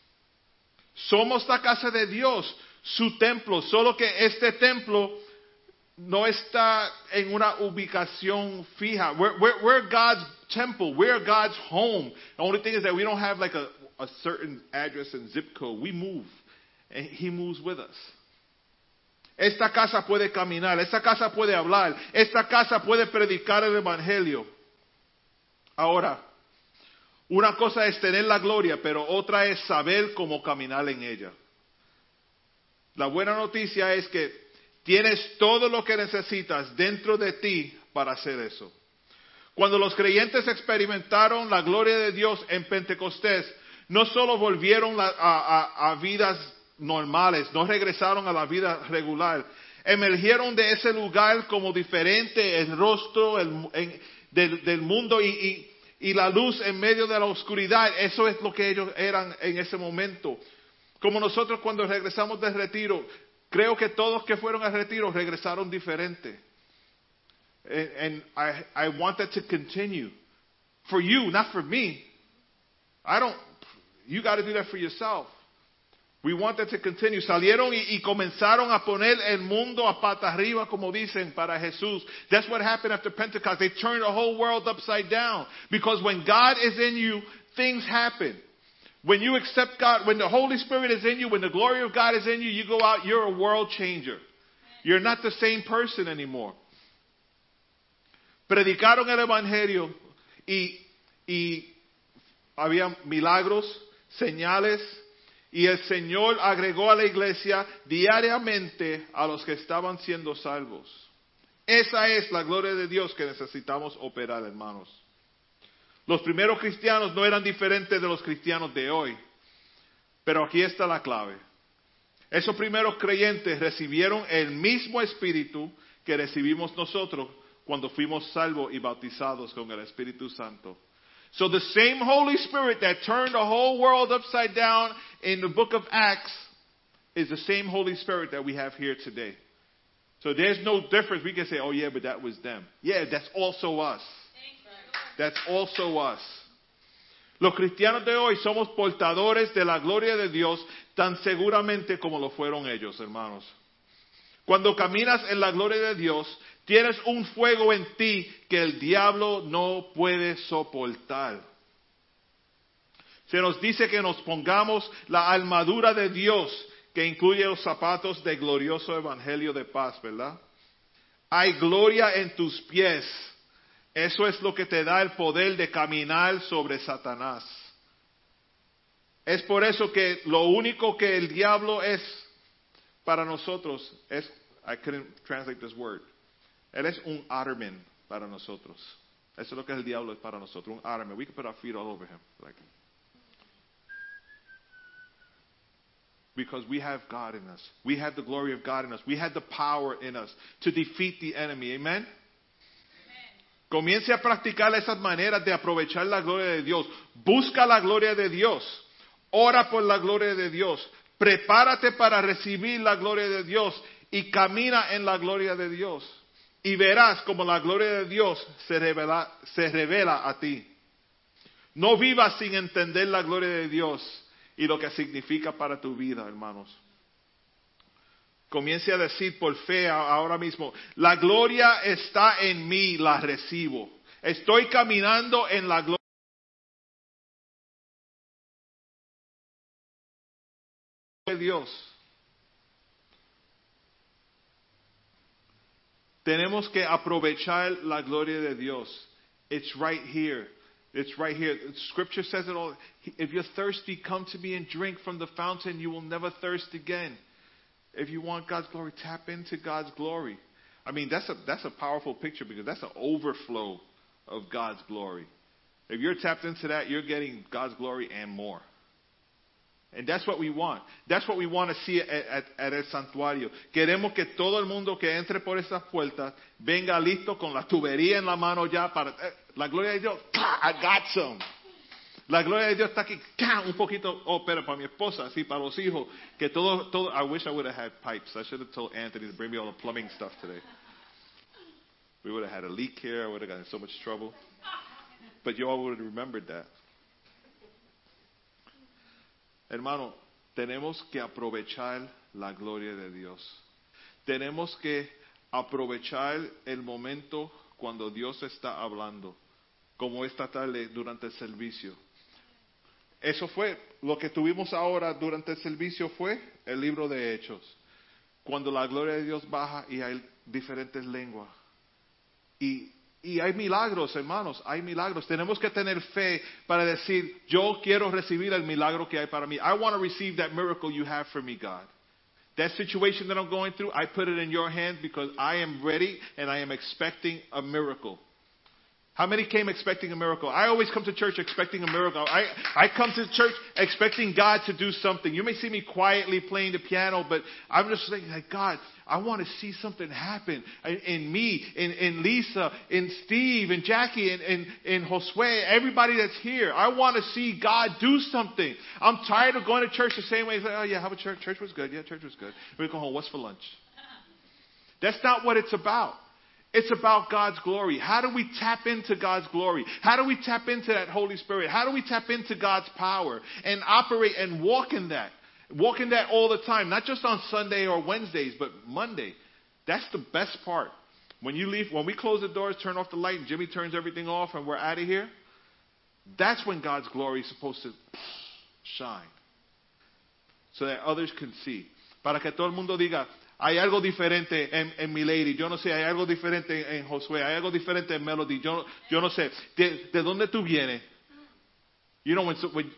Somos la casa de Dios, su templo, solo que este templo no está en una ubicación fija. We're, we're, we're God's temple. We're God's home. The only thing is that we don't have like a, a certain address and zip code. We move, and He moves with us. Esta casa puede caminar, esta casa puede hablar, esta casa puede predicar el Evangelio. Ahora, una cosa es tener la gloria, pero otra es saber cómo caminar en ella. La buena noticia es que tienes todo lo que necesitas dentro de ti para hacer eso. Cuando los creyentes experimentaron la gloria de Dios en Pentecostés, no solo volvieron a, a, a vidas normales, no regresaron a la vida regular, emergieron de ese lugar como diferente, el rostro el, en, del, del mundo y, y, y la luz en medio de la oscuridad. Eso es lo que ellos eran en ese momento. Como nosotros cuando regresamos del retiro, creo que todos que fueron al retiro regresaron diferente. And, and I, I want that to continue. For you, not for me. I don't, you got to do that for yourself. We want that to continue. Salieron y, y comenzaron a poner el mundo a pata arriba, como dicen, para Jesús. That's what happened after Pentecost. They turned the whole world upside down. Because when God is in you, things happen. When you accept God, when the Holy Spirit is in you, when the glory of God is in you, you go out, you're a world changer. You're not the same person anymore. Predicaron el Evangelio y, y había milagros, señales, y el Señor agregó a la iglesia diariamente a los que estaban siendo salvos. Esa es la gloria de Dios que necesitamos operar, hermanos. Los primeros cristianos no eran diferentes de los cristianos de hoy. Pero aquí está la clave. Esos primeros creyentes recibieron el mismo espíritu que recibimos nosotros cuando fuimos salvos y bautizados con el Espíritu Santo. So the same Holy Spirit that turned the whole world upside down in the book of Acts is the same Holy Spirit that we have here today. So there's no difference. We can say, oh yeah, but that was them. Yeah, that's also us. That's also us. Los cristianos de hoy somos portadores de la gloria de Dios tan seguramente como lo fueron ellos, hermanos. Cuando caminas en la gloria de Dios, tienes un fuego en ti que el diablo no puede soportar. Se nos dice que nos pongamos la armadura de Dios, que incluye los zapatos de glorioso evangelio de paz, ¿verdad? Hay gloria en tus pies. Eso es lo que te da el poder de caminar sobre Satanás. Es por eso que lo único que el diablo es para nosotros es, I couldn't translate this word. Él es un ottoman para nosotros. Eso es lo que el diablo es para nosotros, un ottoman. We can put our feet all over him. Like, because we have God in us. We have the glory of God in us. We have the power in us to defeat the enemy. Amen. Comience a practicar esas maneras de aprovechar la gloria de Dios. Busca la gloria de Dios. Ora por la gloria de Dios. Prepárate para recibir la gloria de Dios y camina en la gloria de Dios. Y verás como la gloria de Dios se revela, se revela a ti. No vivas sin entender la gloria de Dios y lo que significa para tu vida, hermanos. Comience a decir por fe ahora mismo, la gloria está en mí, la recibo. Estoy caminando en la gloria de Dios. Tenemos que aprovechar la gloria de Dios. It's right here. It's right here. Scripture says it all. If you're thirsty, come to me and drink from the fountain. You will never thirst again. If you want God's glory, tap into God's glory. I mean, that's a, that's a powerful picture because that's an overflow of God's glory. If you're tapped into that, you're getting God's glory and more. And that's what we want. That's what we want to see at, at, at El Santuario. Queremos que todo el mundo que entre por esas puertas venga listo con la tubería en la mano ya para... Eh, la gloria de Dios, I got some. La gloria de Dios está aquí, un poquito, oh, pero para mi esposa, así, para los hijos, que todo, todo, I wish I would have had pipes. I should have told Anthony to bring me all the plumbing stuff today. We would have had a leak here, I would have gotten in so much trouble. But you all would have remembered that. Hermano, tenemos que aprovechar la gloria de Dios. Tenemos que aprovechar el momento cuando Dios está hablando, como esta tarde durante el servicio. Eso fue, lo que tuvimos ahora durante el servicio fue el libro de Hechos. Cuando la gloria de Dios baja y hay diferentes lenguas. Y, y hay milagros, hermanos, hay milagros. Tenemos que tener fe para decir, yo quiero recibir el milagro que hay para mí. I want to receive that miracle you have for me, God. That situation that I'm going through, I put it in your hands because I am ready and I am expecting a miracle. How many came expecting a miracle? I always come to church expecting a miracle. I, I come to church expecting God to do something. You may see me quietly playing the piano, but I'm just saying, like, God, I want to see something happen in, in me, in, in Lisa, in Steve, in Jackie, in, in, in Josue, everybody that's here. I want to see God do something. I'm tired of going to church the same way. It's like, oh, yeah, how about church? Church was good. Yeah, church was good. We go home. What's for lunch? That's not what it's about. It's about God's glory. How do we tap into God's glory? How do we tap into that Holy Spirit? How do we tap into God's power and operate and walk in that? Walk in that all the time, not just on Sunday or Wednesdays, but Monday. That's the best part. When you leave, when we close the doors, turn off the light, and Jimmy turns everything off and we're out of here, that's when God's glory is supposed to shine so that others can see. Para que todo el mundo diga, hay algo diferente en, en mi lady, yo no sé, hay algo diferente en, en Josué, hay algo diferente en Melody, yo, yo no sé. ¿De, de dónde tú vienes? You know, when, when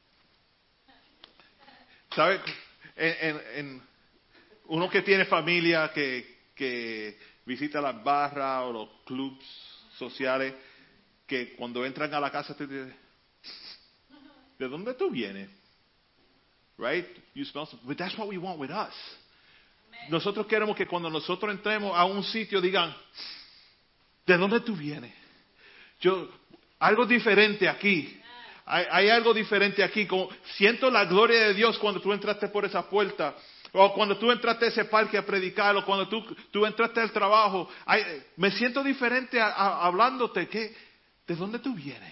¿sabes? En, en, en uno que tiene familia, que, que visita las barras o los clubs sociales, que cuando entran a la casa te dicen, ¿de dónde tú vienes? Right? You smell something. But that's what we want with us. Nosotros queremos que cuando nosotros entremos a un sitio digan, ¿de dónde tú vienes? Yo, algo diferente aquí. Hay, hay algo diferente aquí. Como, siento la gloria de Dios cuando tú entraste por esa puerta. O cuando tú entraste a ese parque a predicar. O cuando tú, tú entraste al trabajo. Hay, me siento diferente a, a, hablándote. ¿Qué? ¿De dónde tú vienes?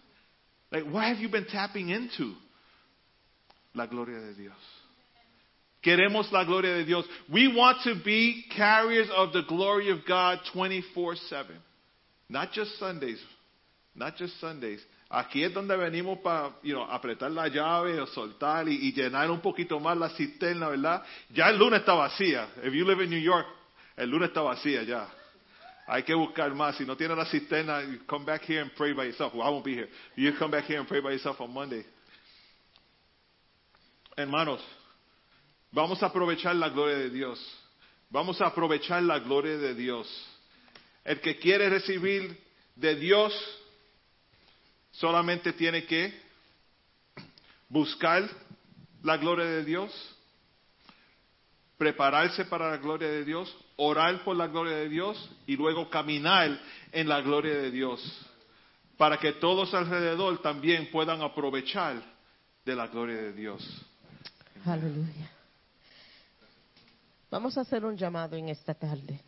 Like, what have you been tapping into? La gloria de Dios. Queremos la gloria de Dios. We want to be carriers of the glory of God twenty-four seven. Not just Sundays. Not just Sundays. Aquí es donde venimos para, you know, apretar la llave o soltar y, y llenar un poquito más la cisterna, ¿verdad? Ya el lunes está vacía. If you live in New York, el lunes está vacía ya. Hay que buscar más. Si no tienes la cisterna, you come back here and pray by yourself. Well, I won't be here. You come back here and pray by yourself on Monday. Hermanos, vamos a aprovechar la gloria de Dios. Vamos a aprovechar la gloria de Dios. El que quiere recibir de Dios solamente tiene que buscar la gloria de Dios, prepararse para la gloria de Dios, orar por la gloria de Dios y luego caminar en la gloria de Dios para que todos alrededor también puedan aprovechar de la gloria de Dios. Aleluya. Vamos a hacer un llamado en esta tarde.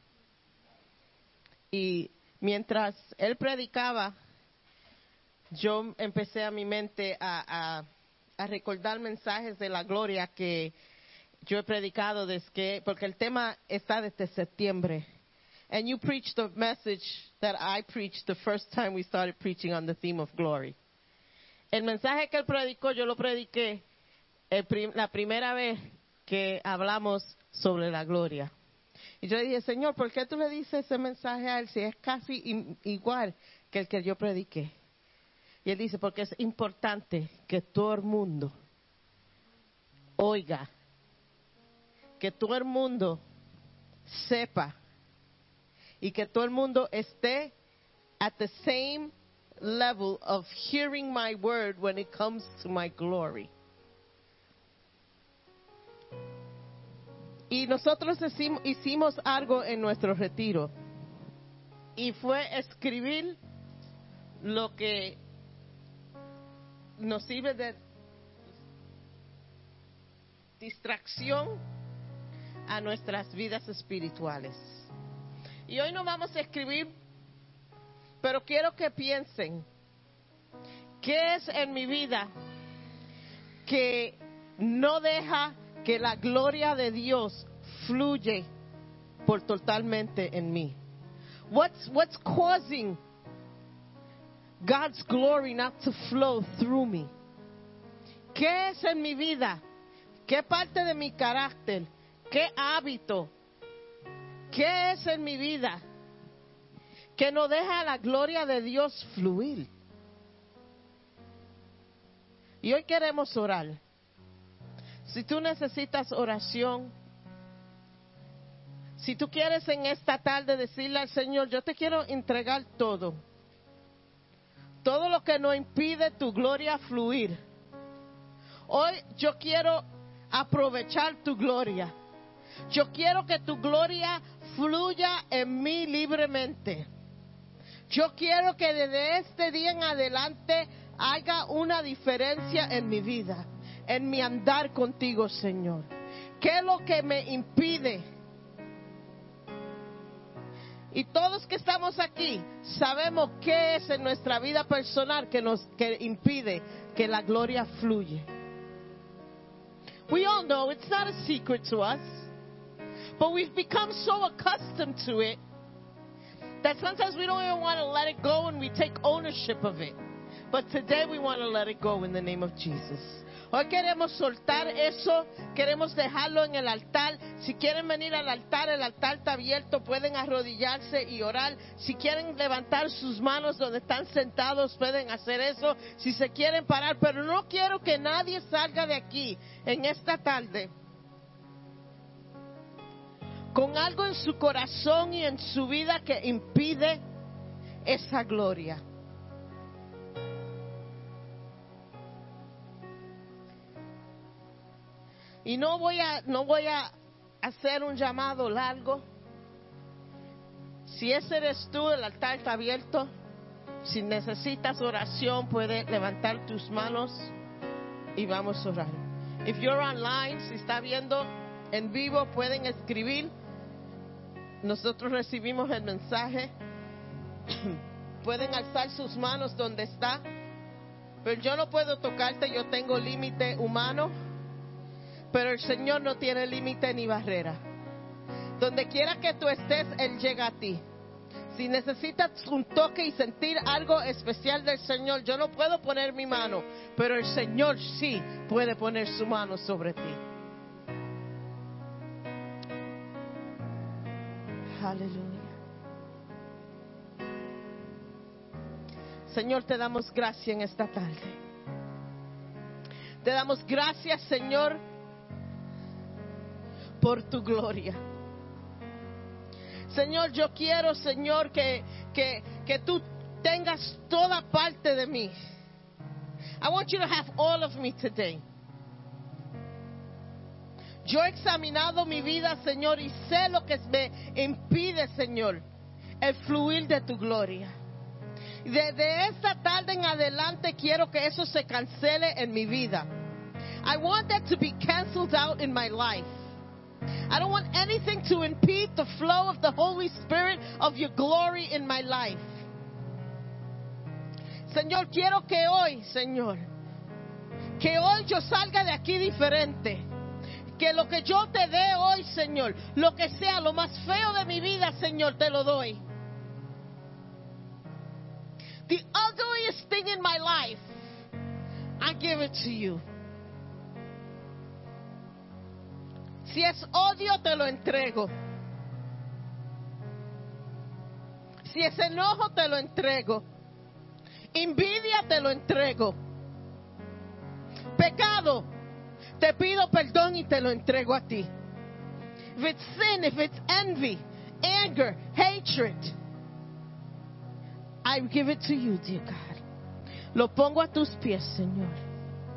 Y mientras él predicaba, yo empecé a mi mente a, a, a recordar mensajes de la gloria que yo he predicado desde que, porque el tema está desde septiembre. And you preached the message that I preached the first time we started preaching on the theme of glory. El mensaje que él predicó, yo lo prediqué el prim, la primera vez que hablamos sobre la gloria. Y yo dije, Señor, ¿por qué tú le dices ese mensaje a él si es casi in, igual que el que yo prediqué? Y él dice, porque es importante que todo el mundo oiga, que todo el mundo sepa y que todo el mundo esté at the same level of hearing my word when it comes to my glory. Y nosotros hicimos, hicimos algo en nuestro retiro y fue escribir lo que nos sirve de distracción a nuestras vidas espirituales. Y hoy no vamos a escribir, pero quiero que piensen, ¿qué es en mi vida que no deja que la gloria de Dios fluye por totalmente en mí? What's, what's causing God's glory not to flow through me? ¿Qué es en mi vida? ¿Qué parte de mi carácter? ¿Qué hábito? ¿Qué es en mi vida que no deja la gloria de Dios fluir? Y hoy queremos orar. Si tú necesitas oración, si tú quieres en esta tarde decirle al Señor, yo te quiero entregar todo. Todo lo que nos impide tu gloria fluir. Hoy yo quiero aprovechar tu gloria. Yo quiero que tu gloria fluya en mí libremente. Yo quiero que desde este día en adelante haga una diferencia en mi vida, en mi andar contigo, Señor. ¿Qué es lo que me impide? Y todos que estamos aquí sabemos qué es en nuestra vida personal que nos que impide que la gloria fluye. We all know, it's not a secret to us, but we've become so accustomed to it that sometimes we don't even want to let it go and we take ownership of it. But today we want to let it go in the name of Jesus. Hoy queremos soltar eso, queremos dejarlo en el altar. Si quieren venir al altar, el altar está abierto, pueden arrodillarse y orar. Si quieren levantar sus manos donde están sentados, pueden hacer eso. Si se quieren parar, pero no quiero que nadie salga de aquí en esta tarde con algo en su corazón y en su vida que impide esa gloria. Y no voy a no voy a hacer un llamado largo. Si ese eres tú, el altar está abierto. Si necesitas oración, puedes levantar tus manos y vamos a orar. If you're online, si está viendo en vivo, pueden escribir. Nosotros recibimos el mensaje. Pueden alzar sus manos donde está. Pero yo no puedo tocarte, yo tengo límite humano. Pero el Señor no tiene límite ni barrera. Donde quiera que tú estés, Él llega a ti. Si necesitas un toque y sentir algo especial del Señor, yo no puedo poner mi mano, pero el Señor sí puede poner su mano sobre ti. Aleluya. Señor, te damos gracias en esta tarde. Te damos gracias, Señor, por tu gloria. Señor, yo quiero, Señor, que, que, que tú tengas toda parte de mí. I want you to have all of me today. Yo he examinado mi vida, Señor, y sé lo que me impide, Señor, el fluir de tu gloria. Desde esta tarde en adelante quiero que eso se cancele en mi vida. I want that to be canceled out in my life. I don't want anything to impede the flow of the Holy Spirit of your glory in my life. Señor, quiero que hoy, Señor, que hoy yo salga de aquí diferente. Que lo que yo te dé hoy, Señor, lo que sea lo más feo de mi vida, Señor, te lo doy. The ugliest thing in my life, I give it to you. Si es odio, te lo entrego. Si es enojo, te lo entrego. Envidia, te lo entrego. Pecado, te pido perdón y te lo entrego a ti. If it's sin, if it's envy, anger, hatred, I give it to you, dear God. Lo pongo a tus pies, Señor.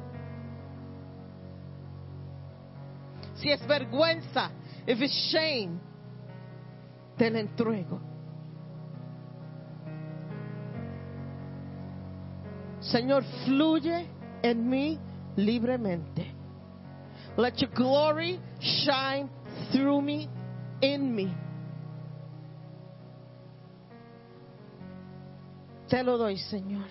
Si es vergüenza, if it's shame, te lo entrego. Señor, fluye en mí libremente. Let your glory shine through me, in me. Te lo doy, Señor.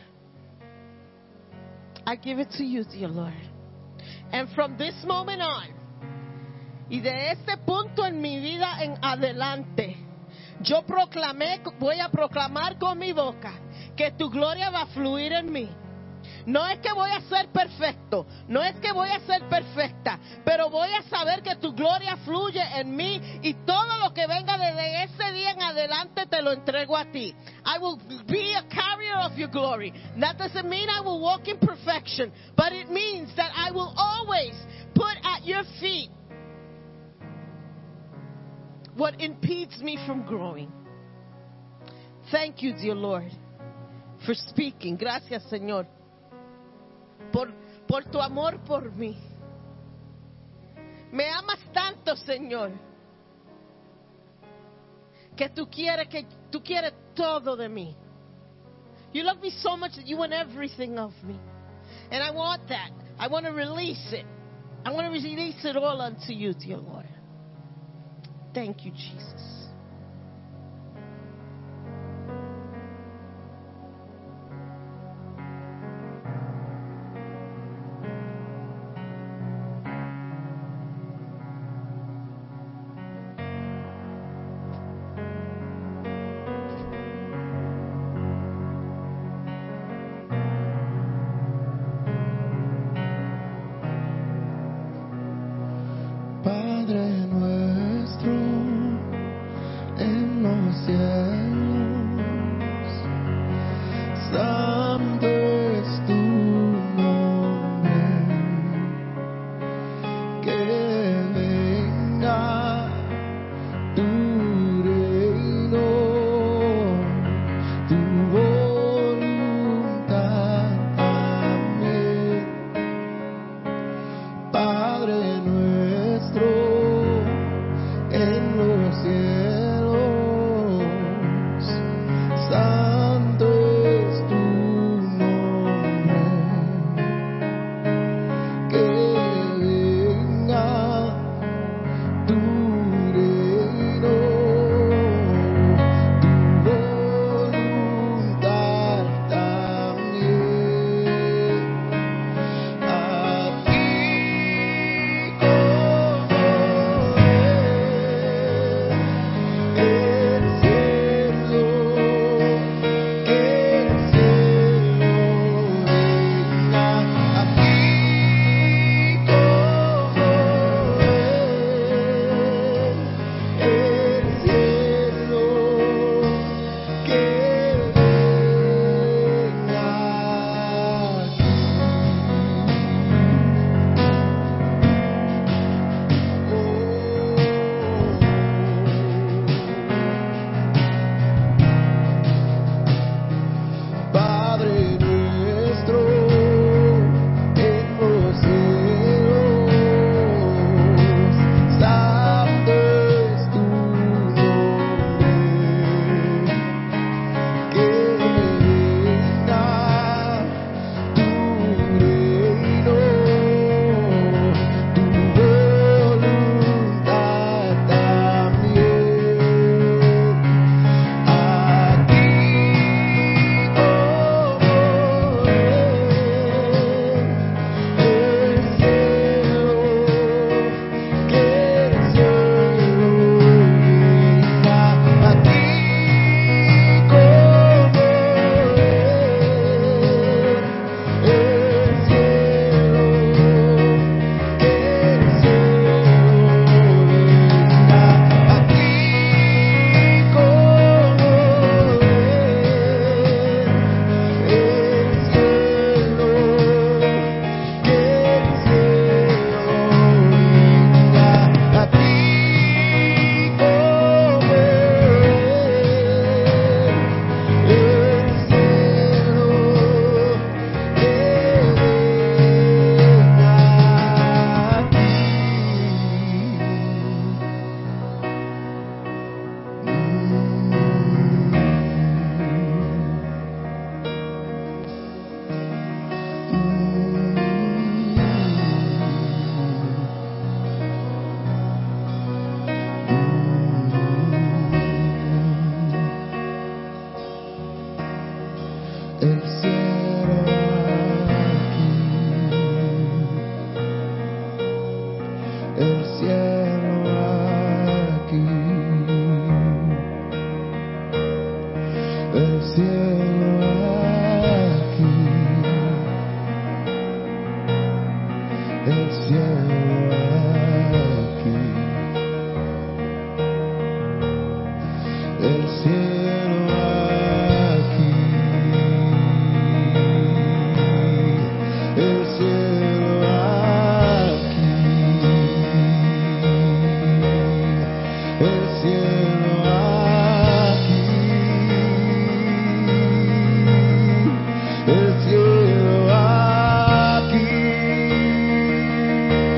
I give it to you, dear Lord. And from this moment on, y de este punto en mi vida en adelante, yo proclamé, voy a proclamar con mi boca que tu gloria va a fluir en mí. No es que voy a ser perfecto, no es que voy a ser perfecta, pero voy a saber que tu gloria fluye en mí y todo lo que venga desde ese día en adelante te lo entrego a ti. I will be a carrier of your glory. That doesn't mean I will walk in perfection, but it means that I will always put at your feet what impedes me from growing. Thank you, dear Lord, for speaking. Gracias, Señor, por, por tu amor por mí. Me amas tanto, Señor, que tú quieres que tú quieres todo de mí. You love me so much that you want everything of me, and I want that. I want to release it. I want to release it all unto you, dear Lord. Thank you, Jesus. Padre nuestro en los cielos, santo es tu nombre, que venga tu reino, tu voluntad también. Padre nuestro en los cielos, santo es tu el cielo aquí, el cielo aquí, el cielo aquí, el cielo aquí, el cielo aquí, el cielo aquí, el cielo aquí, el cielo aquí.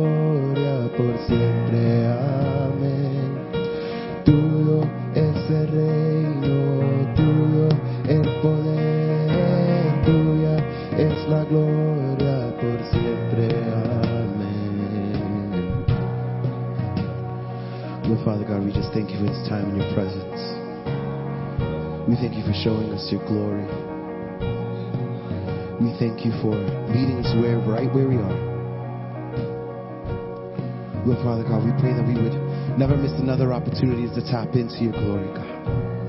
gloria por siempre. Amén. Tuyo es el reino, tuyo el poder, tuya es la gloria por siempre. Amén. Lord Father God, we just thank you for this time in your presence. We thank you for showing us your glory. We thank you for meeting us where, right where we are. Lord Father God, we pray that we would never miss another opportunity to tap into your glory, God.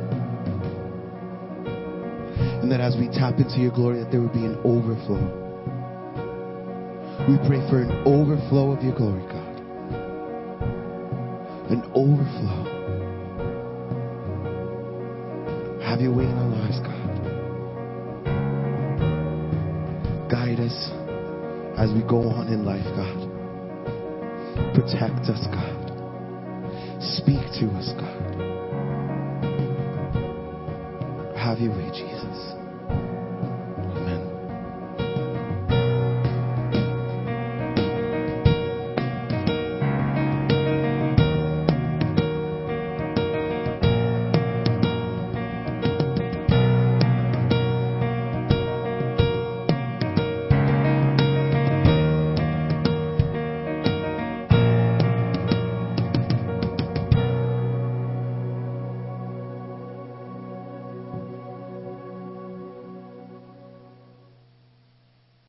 And that as we tap into your glory, that there would be an overflow. We pray for an overflow of your glory, God. An overflow. Have your way in our lives, God. Guide us as we go on in life, God. Protect us, God. Speak to us, God. Have your way, Jesus.